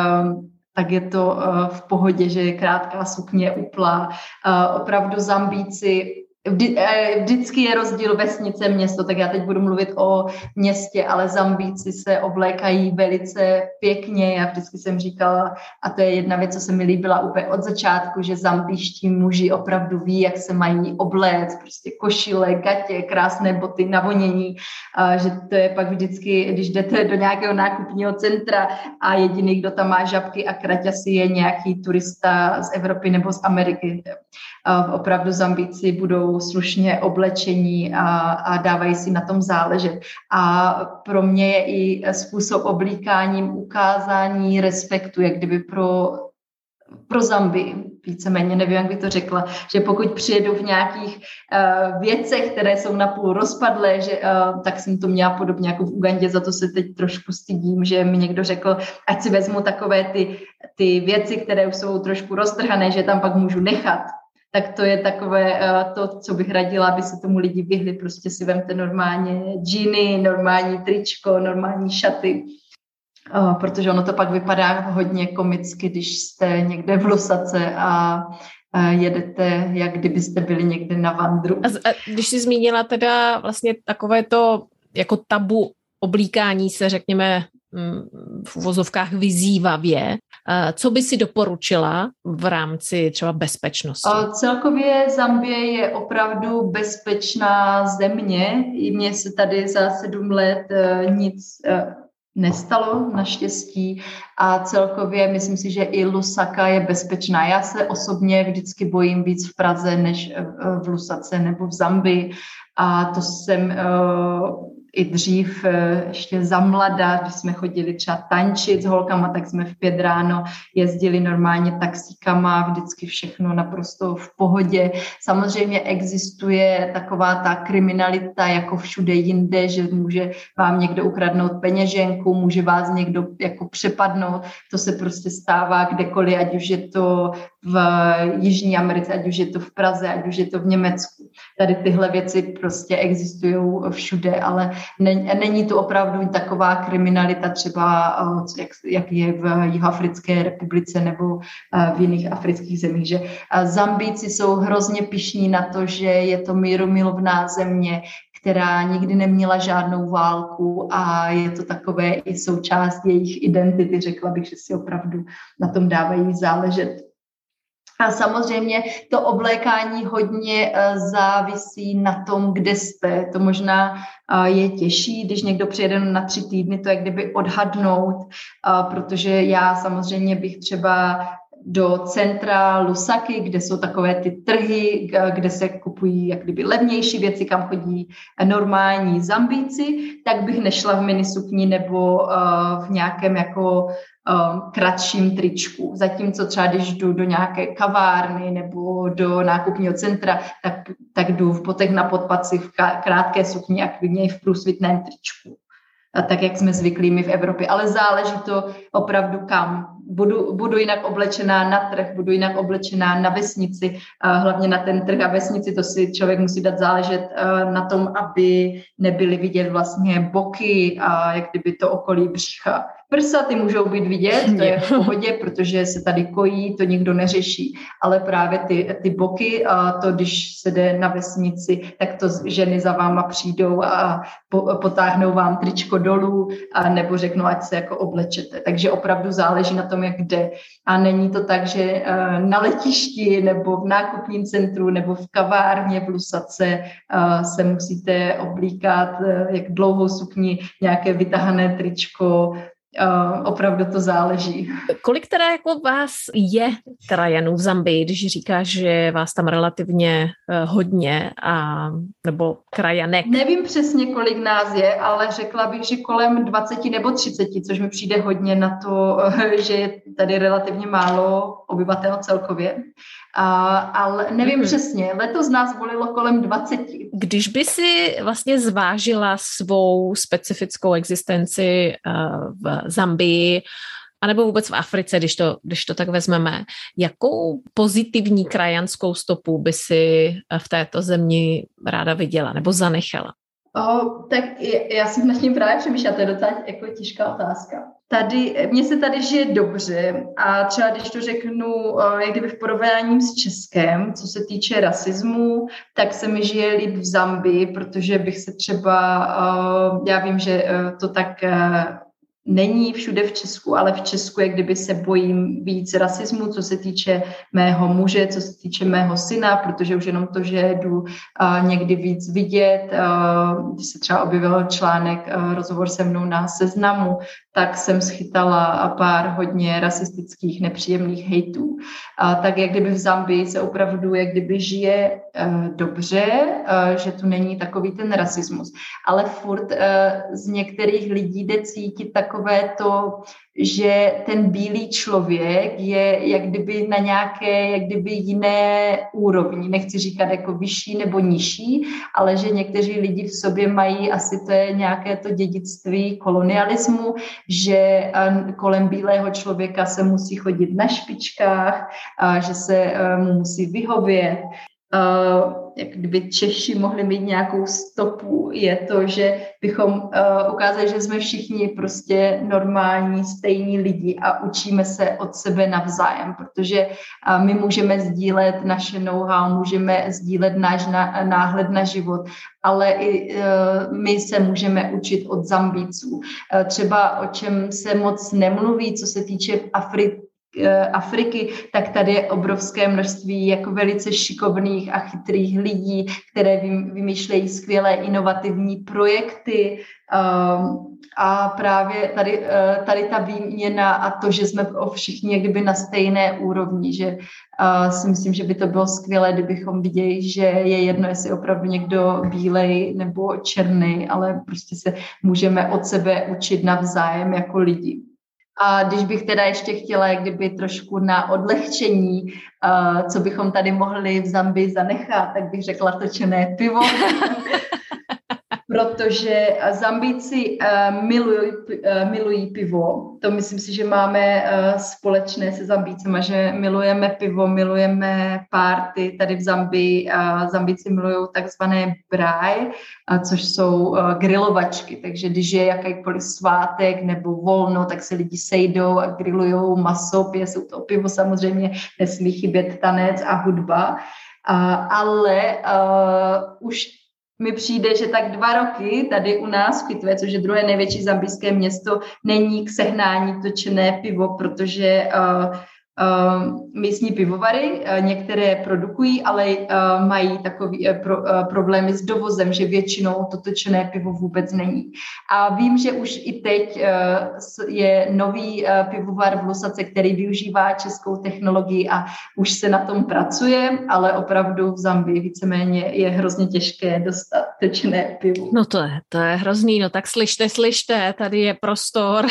tak je to v pohodě, že je krátká sukně, uplá. Opravdu Zambíci Vždycky je rozdíl vesnice, město, tak já teď budu mluvit o městě, ale Zambíci se oblékají velice pěkně. Já vždycky jsem říkala, a to je jedna věc, co se mi líbila úplně od začátku, že zambíští muži opravdu ví, jak se mají obléct, prostě košile, gatě, krásné boty, navonění, že to je pak vždycky, když jdete do nějakého nákupního centra a jediný, kdo tam má žabky a kraťasy, je nějaký turista z Evropy nebo z Ameriky. Opravdu Zambíci budou slušně oblečení a dávají si na tom záležet. A pro mě je i způsob oblíkáním ukázání respektu, jak kdyby pro Zambii, víceméně, nevím, jak bych to řekla, že pokud přijedu v nějakých věcech, které jsou napůl rozpadlé, tak jsem to měla podobně jako v Ugandě, za to se teď trošku stydím, že mi někdo řekl, ať si vezmu takové ty věci, které už jsou trošku roztrhané, že tam pak můžu nechat. Tak to je takové to, co bych radila, aby se tomu lidi vyhli. Prostě si vemte normálně džíny, normální tričko, normální šaty, protože ono to pak vypadá hodně komicky, když jste někde v Lusace a jedete, jak kdybyste byli někde na vandru. A když jsi zmínila teda vlastně takové to jako tabu oblíkání se, řekněme, v uvozovkách vyzývavě. Co by si doporučila v rámci třeba bezpečnosti? Celkově Zambie je opravdu bezpečná země. I mně se tady za 7 let nic nestalo, naštěstí. A celkově myslím si, že i Lusaka je bezpečná. Já se osobně vždycky bojím víc v Praze, než v Lusace nebo v Zambii. A to jsem i dřív, ještě za mlada, když jsme chodili třeba tančit s holkama, tak jsme v 5 ráno jezdili normálně taxíkama, vždycky všechno naprosto v pohodě. Samozřejmě existuje taková ta kriminalita jako všude jinde, že může vám někdo ukradnout peněženku, může vás někdo jako přepadnout. To se prostě stává kdekoliv, ať už je to v Jižní Americe, ať už je to v Praze, ať už je to v Německu. Tady tyhle věci prostě existují všude, ale není to opravdu taková kriminalita třeba, jak je v Jihoafrické republice nebo v jiných afrických zemích, že Zambíci jsou hrozně pyšní na to, že je to mírumilovná země, která nikdy neměla žádnou válku a je to takové i součást jejich identity, řekla bych, že si opravdu na tom dávají záležet. A samozřejmě to oblékání hodně závisí na tom, kde jste. To možná je těžší, když někdo přijede na 3 týdny, to jak kdyby odhadnout, protože já samozřejmě bych třeba do centra Lusaky, kde jsou takové ty trhy, kde se kupují jak kdyby levnější věci, kam chodí normální Zambíci, tak bych nešla v minisukni nebo v nějakém jako kratším tričku. Zatímco třeba, když jdu do nějaké kavárny nebo do nákupního centra, tak jdu v botech na podpaci, v krátké sukni a klidně i v průsvitném tričku. Tak, jak jsme zvyklí my v Evropě. Ale záleží to opravdu kam. Budu jinak oblečená na trh, budu jinak oblečená na vesnici, hlavně na ten trh a vesnici, to si člověk musí dát záležet na tom, aby nebyly vidět vlastně boky a jak kdyby to okolí břicha. Prsa ty můžou být vidět, to je v pohodě, protože se tady kojí, to nikdo neřeší, ale právě ty boky, to když se jde na vesnici, tak to ženy za váma přijdou a potáhnou vám tričko dolů a nebo řeknou, ať se jako oblečete. Takže opravdu záleží na tom, jak jde. A není to tak, že na letišti nebo v nákupním centru nebo v kavárně v Lusace se musíte oblíkat jak dlouhou sukni, nějaké vytahané tričko. Opravdu to záleží. Kolik teda jako vás je krajanů v Zambii, když říkáš, že vás tam relativně hodně, nebo krajanek? Nevím přesně, kolik nás je, ale řekla bych, že kolem 20 nebo 30, což mi přijde hodně na to, že je tady relativně málo obyvatel celkově. Ale nevím přesně, letos nás volilo kolem 20. Když by si vlastně zvážila svou specifickou existenci v Zambii, anebo vůbec v Africe, když to tak vezmeme, jakou pozitivní krajanskou stopu by si v této zemi ráda viděla nebo zanechala? Tak já jsem nad tím právě přemýšlela, to je docela jako těžká otázka. Mně se tady žije dobře a třeba když to řeknu, jak kdyby v porovnání s Českem, co se týče rasismu, tak se mi žije líp v Zambii, protože bych se třeba, já vím, že to tak není všude v Česku, ale v Česku jak kdyby se bojím víc rasismu, co se týče mého muže, co se týče mého syna, protože už jenom to, že jdu někdy víc vidět, když se třeba objevil článek, rozhovor se mnou na Seznamu, tak jsem schytala pár hodně rasistických, nepříjemných hejtů. Tak jak kdyby v Zambii se opravdu jak kdyby žije dobře, že tu není takový ten rasismus. Ale furt z některých lidí jde cítit takové to, že ten bílý člověk je jak kdyby na nějaké jak kdyby jiné úrovni. Nechci říkat jako vyšší nebo nižší, ale že někteří lidi v sobě mají, asi to je nějaké to dědictví kolonialismu, že kolem bílého člověka se musí chodit na špičkách, že se mu musí vyhovět. Jak kdyby Češi mohli mít nějakou stopu, je to, že bychom ukázali, že jsme všichni prostě normální, stejní lidi a učíme se od sebe navzájem, protože my můžeme sdílet naše know-how, můžeme sdílet náš náhled na život, ale i my se můžeme učit od Zambíců. Třeba o čem se moc nemluví, co se týče Afriky, tak tady je obrovské množství jako velice šikovných a chytrých lidí, které vymýšlejí skvělé inovativní projekty a právě tady ta výměna a to, že jsme všichni jak kdyby na stejné úrovni, že si myslím, že by to bylo skvělé, kdybychom viděli, že je jedno, jestli opravdu někdo bílej nebo černý, ale prostě se můžeme od sebe učit navzájem jako lidi. A když bych teda ještě chtěla jak kdyby trošku na odlehčení, co bychom tady mohli v Zambii zanechat, tak bych řekla točené pivo. Protože Zambijci milují pivo. To myslím si, že máme společné se Zambijcema, že milujeme pivo, milujeme party tady v Zambii. Zambijci milují takzvané braai, což jsou grilovačky. Takže když je jakýkoliv svátek nebo volno, tak se lidi sejdou a grillujou maso, pije se to pivo, samozřejmě nesmí chybět tanec a hudba. Ale už mi přijde, že tak 2 roky tady u nás v Kitwe, což je druhé největší zambijské město, není k sehnání točené pivo, protože místní pivovary některé produkují, ale mají takový problémy s dovozem, že většinou to točené pivo vůbec není. A vím, že už i teď je nový pivovar v Lusace, který využívá českou technologii a už se na tom pracuje, ale opravdu v Zambii víceméně je hrozně těžké dostat točené pivo. No to je hrozný, no tak slyšte, tady je prostor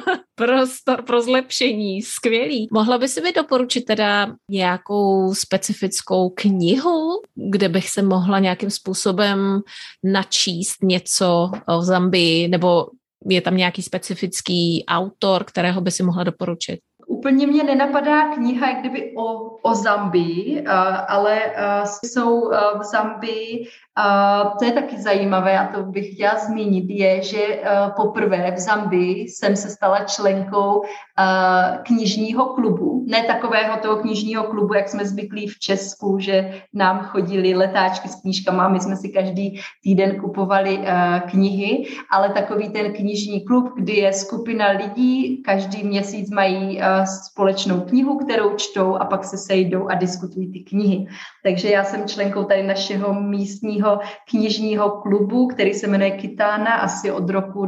pro zlepšení, skvělý. Mohla by si mi doporučit teda nějakou specifickou knihu, kde bych se mohla nějakým způsobem načíst něco o Zambii, nebo je tam nějaký specifický autor, kterého by si mohla doporučit? Úplně mě nenapadá kniha jak kdyby o Zambii, ale jsou v Zambii, to je taky zajímavé a to bych chtěla zmínit, je, že poprvé v Zambii jsem se stala členkou knižního klubu. Ne takového toho knižního klubu, jak jsme zvyklí v Česku, že nám chodili letáčky s knížkama, my jsme si každý týden kupovali knihy, ale takový ten knižní klub, kdy je skupina lidí, každý měsíc mají společnou knihu, kterou čtou a pak se sejdou a diskutují ty knihy. Takže já jsem členkou tady našeho místního knižního klubu, který se jmenuje Kitana, asi od roku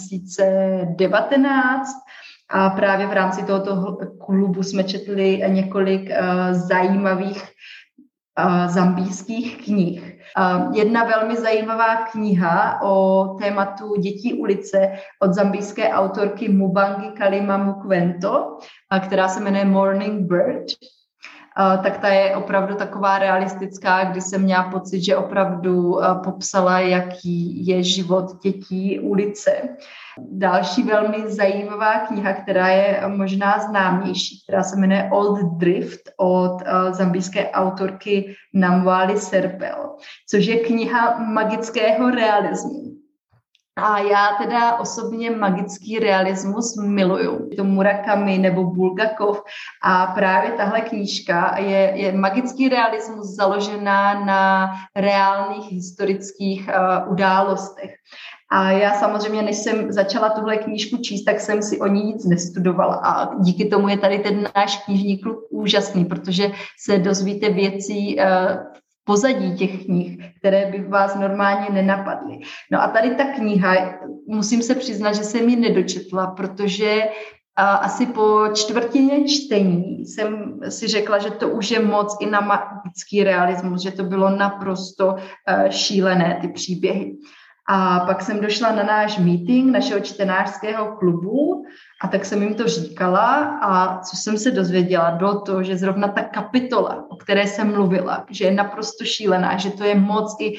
2019. A právě v rámci tohoto klubu jsme četli několik zajímavých zambijských knih. Jedna velmi zajímavá kniha o tématu dětí ulice od zambijské autorky Mubangi Kalima Mukwento, která se jmenuje Morning Bird. Tak ta je opravdu taková realistická, kdy jsem měla pocit, že opravdu popsala, jaký je život dětí ulice. Další velmi zajímavá kniha, která je možná známější, která se jmenuje Old Drift od zambijské autorky Namwali Serpel, což je kniha magického realismu. A já teda osobně magický realismus miluju. To Murakami nebo Bulgakov a právě tahle knížka je magický realismus založená na reálných historických událostech. A já samozřejmě, než jsem začala tuhle knížku číst, tak jsem si o ní nic nestudovala. A díky tomu je tady ten náš knižní klub úžasný, protože se dozvíte věcí pozadí těch knih, které by vás normálně nenapadly. No a tady ta kniha, musím se přiznat, že jsem ji nedočetla, protože asi po čtvrtině čtení jsem si řekla, že to už je moc i na magický realismus, že to bylo naprosto šílené, ty příběhy. A pak jsem došla na náš meeting našeho čtenářského klubu a tak jsem jim to říkala a co jsem se dozvěděla, bylo to, že zrovna ta kapitola, o které jsem mluvila, že je naprosto šílená, že to je moc i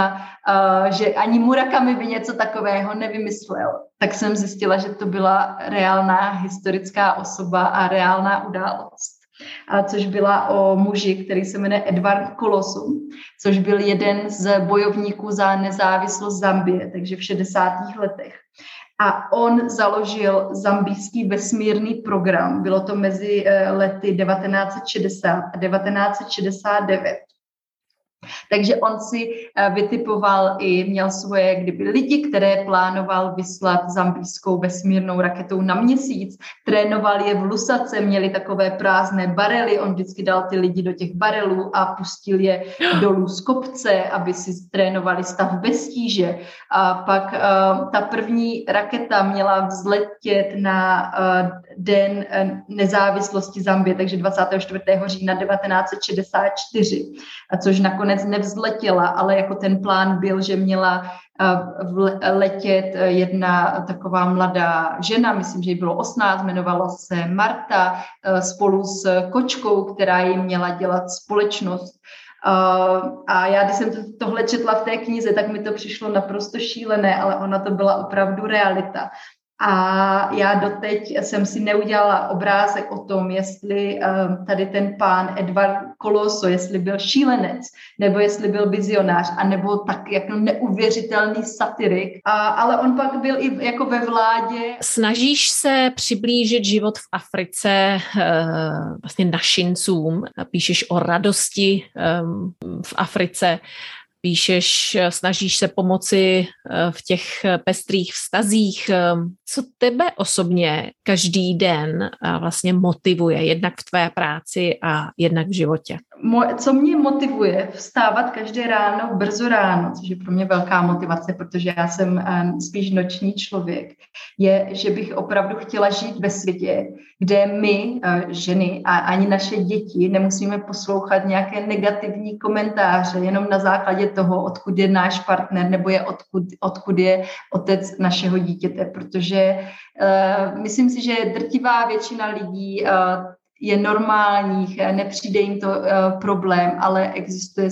že ani Murakami by něco takového nevymyslel. Tak jsem zjistila, že to byla reálná historická osoba a reálná událost. Což byla o muži, který se jmenuje Edward Colosum, což byl jeden z bojovníků za nezávislost Zambie, takže v 60. letech. A on založil zambijský vesmírný program. Bylo to mezi lety 1960 a 1969. Takže on si vytipoval i měl svoje lidi, které plánoval vyslat zambijskou vesmírnou raketou na Měsíc. Trénoval je v Lusace, měli takové prázdné barely, on vždycky dal ty lidi do těch barelů a pustil je dolů z kopce, aby si trénovali stav bez tíže. A pak ta první raketa měla vzletět na den nezávislosti Zambie, takže 24. října 1964, což nakonec nevzletěla, ale jako ten plán byl, že měla letět jedna taková mladá žena, myslím, že jí bylo 18, jmenovala se Marta, spolu s kočkou, která jim měla dělat společnost. A já, když jsem tohle četla v té knize, tak mi to přišlo naprosto šílené, ale ona to byla opravdu realita. A já doteď jsem si neudělala obrázek o tom, jestli tady ten pán Edward Coloso, jestli byl šílenec, nebo jestli byl vizionář, anebo tak jako neuvěřitelný satirik. Ale on pak byl i jako ve vládě. Snažíš se přiblížit život v Africe vlastně našincům, píšeš o radosti v Africe, snažíš se pomoci v těch pestrých vztazích. Co tebe osobně každý den vlastně motivuje, jednak v tvé práci a jednak v životě? Co mě motivuje vstávat každé ráno, brzo ráno, což je pro mě velká motivace, protože já jsem spíš noční člověk, je, že bych opravdu chtěla žít ve světě, kde my, ženy a ani naše děti, nemusíme poslouchat nějaké negativní komentáře jenom na základě toho, odkud je náš partner nebo odkud je otec našeho dítěte, protože myslím si, že drtivá většina lidí je normálních, nepřijde jim to problém, ale existuje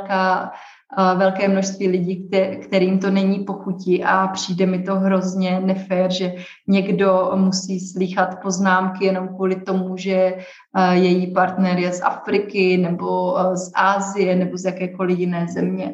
velké množství lidí, kterým to není pochutí a přijde mi to hrozně nefér, že někdo musí slýchat poznámky jenom kvůli tomu, že její partner je z Afriky nebo z Asie nebo z jakékoliv jiné země.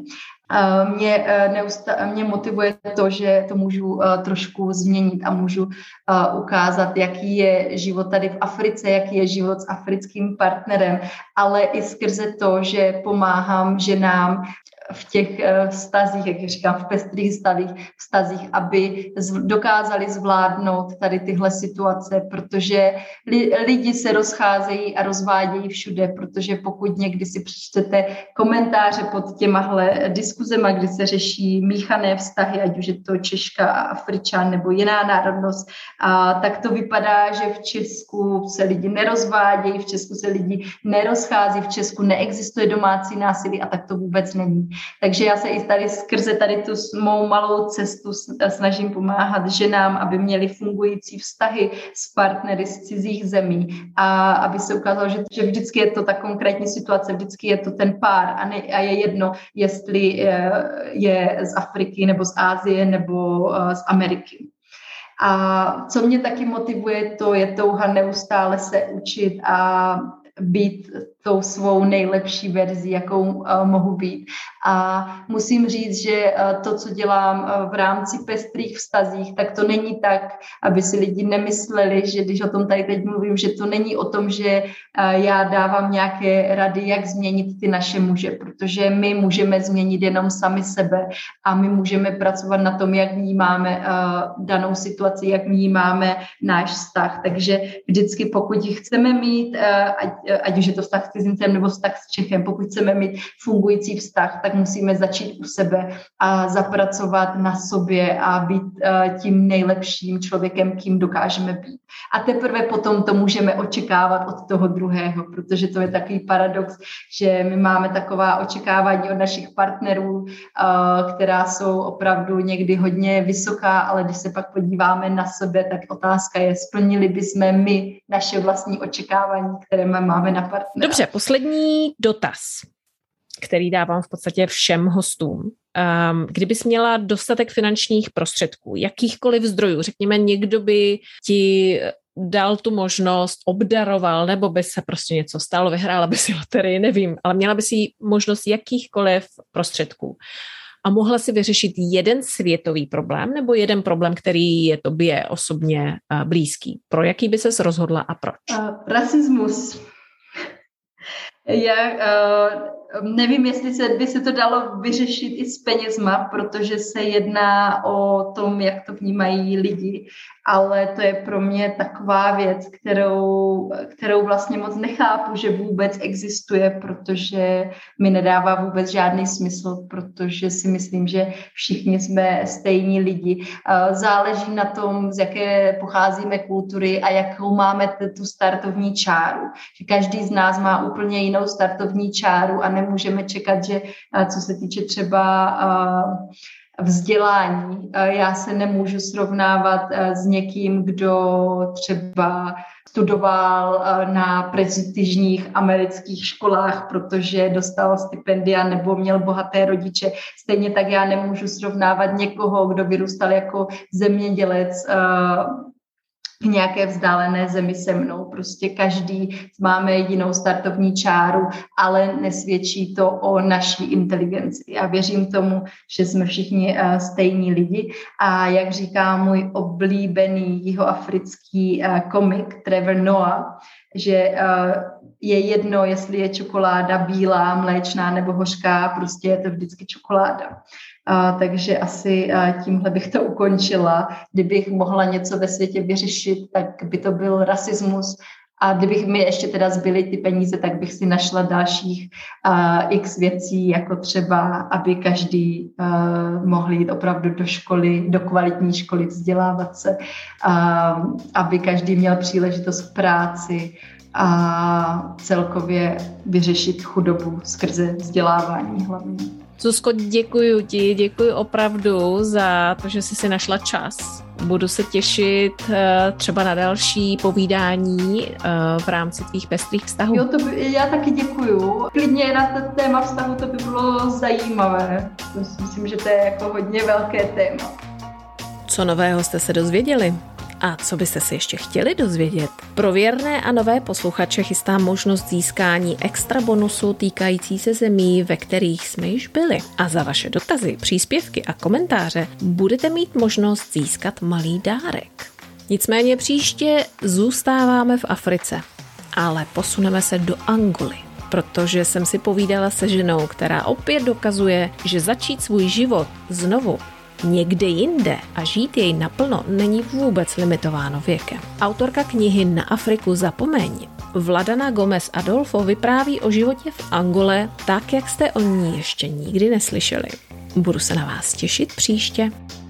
Mě motivuje to, že to můžu trošku změnit a můžu ukázat, jaký je život tady v Africe, jaký je život s africkým partnerem, ale i skrze to, že pomáhám ženám v těch vztazích, jak říkám, v pestrých vztazích, aby dokázali zvládnout tady tyhle situace, protože lidi se rozcházejí a rozvádějí všude, protože pokud někdy si přečtete komentáře pod těmahle diskuzema, kdy se řeší míchané vztahy, ať už je to Češka a Afričan nebo jiná národnost, tak to vypadá, že v Česku se lidi nerozvádějí, v Česku se lidi nerozchází, v Česku neexistuje domácí násilí a tak to vůbec není. Takže já se i tady skrze tady tu mou malou cestu snažím pomáhat ženám, aby měly fungující vztahy s partnery z cizích zemí a aby se ukázalo, že vždycky je to ta konkrétní situace, vždycky je to ten pár a je jedno, jestli je z Afriky nebo z Asie nebo z Ameriky. A co mě taky motivuje, to je touha neustále se učit a být tou svou nejlepší verzí, jakou mohu být. A musím říct, že to, co dělám v rámci pestrých vztazích, tak to není tak, aby si lidi nemysleli, že když o tom tady teď mluvím, že to není o tom, že já dávám nějaké rady, jak změnit ty naše muže, protože my můžeme změnit jenom sami sebe a my můžeme pracovat na tom, jak vnímáme danou situaci, jak vnímáme náš vztah. Takže vždycky, pokud chceme mít, ať už je to vztah s cizincem nebo vztah s Čechem, pokud chceme mít fungující vztah, tak musíme začít u sebe a zapracovat na sobě a být tím nejlepším člověkem, kým dokážeme být. A teprve potom to můžeme očekávat od toho druhého, protože to je takový paradox, že my máme taková očekávání od našich partnerů, která jsou opravdu někdy hodně vysoká, ale když se pak podíváme na sebe, tak otázka je, splnili bychom my naše vlastní očekávání, které máme na partnera. Dobře, poslední dotaz, který dávám v podstatě všem hostům. Kdybys měla dostatek finančních prostředků, jakýchkoliv zdrojů, řekněme, někdo by ti dal tu možnost, obdaroval, nebo by se prostě něco stalo, vyhrála by si loterii, nevím, ale měla by si možnost jakýchkoliv prostředků. A mohla si vyřešit jeden světový problém nebo jeden problém, který je tobě osobně blízký. Pro jaký by ses rozhodla a proč? Rasismus. Já nevím, jestli by se to dalo vyřešit i s penězma, protože se jedná o tom, jak to vnímají lidi, ale to je pro mě taková věc, kterou vlastně moc nechápu, že vůbec existuje, protože mi nedává vůbec žádný smysl, protože si myslím, že všichni jsme stejní lidi. Záleží na tom, z jaké pocházíme kultury a jakou máme tu startovní čáru. Že každý z nás má úplně jinou startovní čáru a nemůžeme čekat, že co se týče třeba vzdělání, já se nemůžu srovnávat s někým, kdo třeba studoval na prestižních amerických školách, protože dostal stipendia nebo měl bohaté rodiče. Stejně tak já nemůžu srovnávat někoho, kdo vyrůstal jako zemědělec v nějaké vzdálené zemi se mnou. Prostě každý máme jinou startovní čáru, ale nesvědčí to o naší inteligenci. Já věřím tomu, že jsme všichni stejní lidi a jak říká můj oblíbený jihoafrický komik Trevor Noah, že je jedno, jestli je čokoláda bílá, mléčná nebo hořká, prostě je to vždycky čokoláda. Takže asi tímhle bych to ukončila. Kdybych mohla něco ve světě vyřešit, tak by to byl rasismus. A kdybych mi ještě teda zbyly ty peníze, tak bych si našla dalších x věcí, jako třeba, aby každý mohl jít opravdu do školy, do kvalitní školy, vzdělávat se, aby každý měl příležitost k práci a celkově vyřešit chudobu skrze vzdělávání hlavně. Zuzko, děkuji opravdu za to, že jsi si našla čas. Budu se těšit třeba na další povídání v rámci tvých pestrých vztahů. Jo, já taky děkuju. Klidně na to téma vztahu to by bylo zajímavé. Myslím, že to je jako hodně velké téma. Co nového jste se dozvěděli? A co byste se ještě chtěli dozvědět? Pro věrné a nové posluchače chystám možnost získání extra bonusu týkající se zemí, ve kterých jsme již byli. A za vaše dotazy, příspěvky a komentáře budete mít možnost získat malý dárek. Nicméně příště zůstáváme v Africe, ale posuneme se do Angoly, protože jsem si povídala se ženou, která opět dokazuje, že začít svůj život znovu někde jinde a žít jej naplno není vůbec limitováno věkem. Autorka knihy Na Afriku zapomeň, Vladana Gomez Adolfo, vypráví o životě v Angole tak, jak jste o ní ještě nikdy neslyšeli. Budu se na vás těšit příště.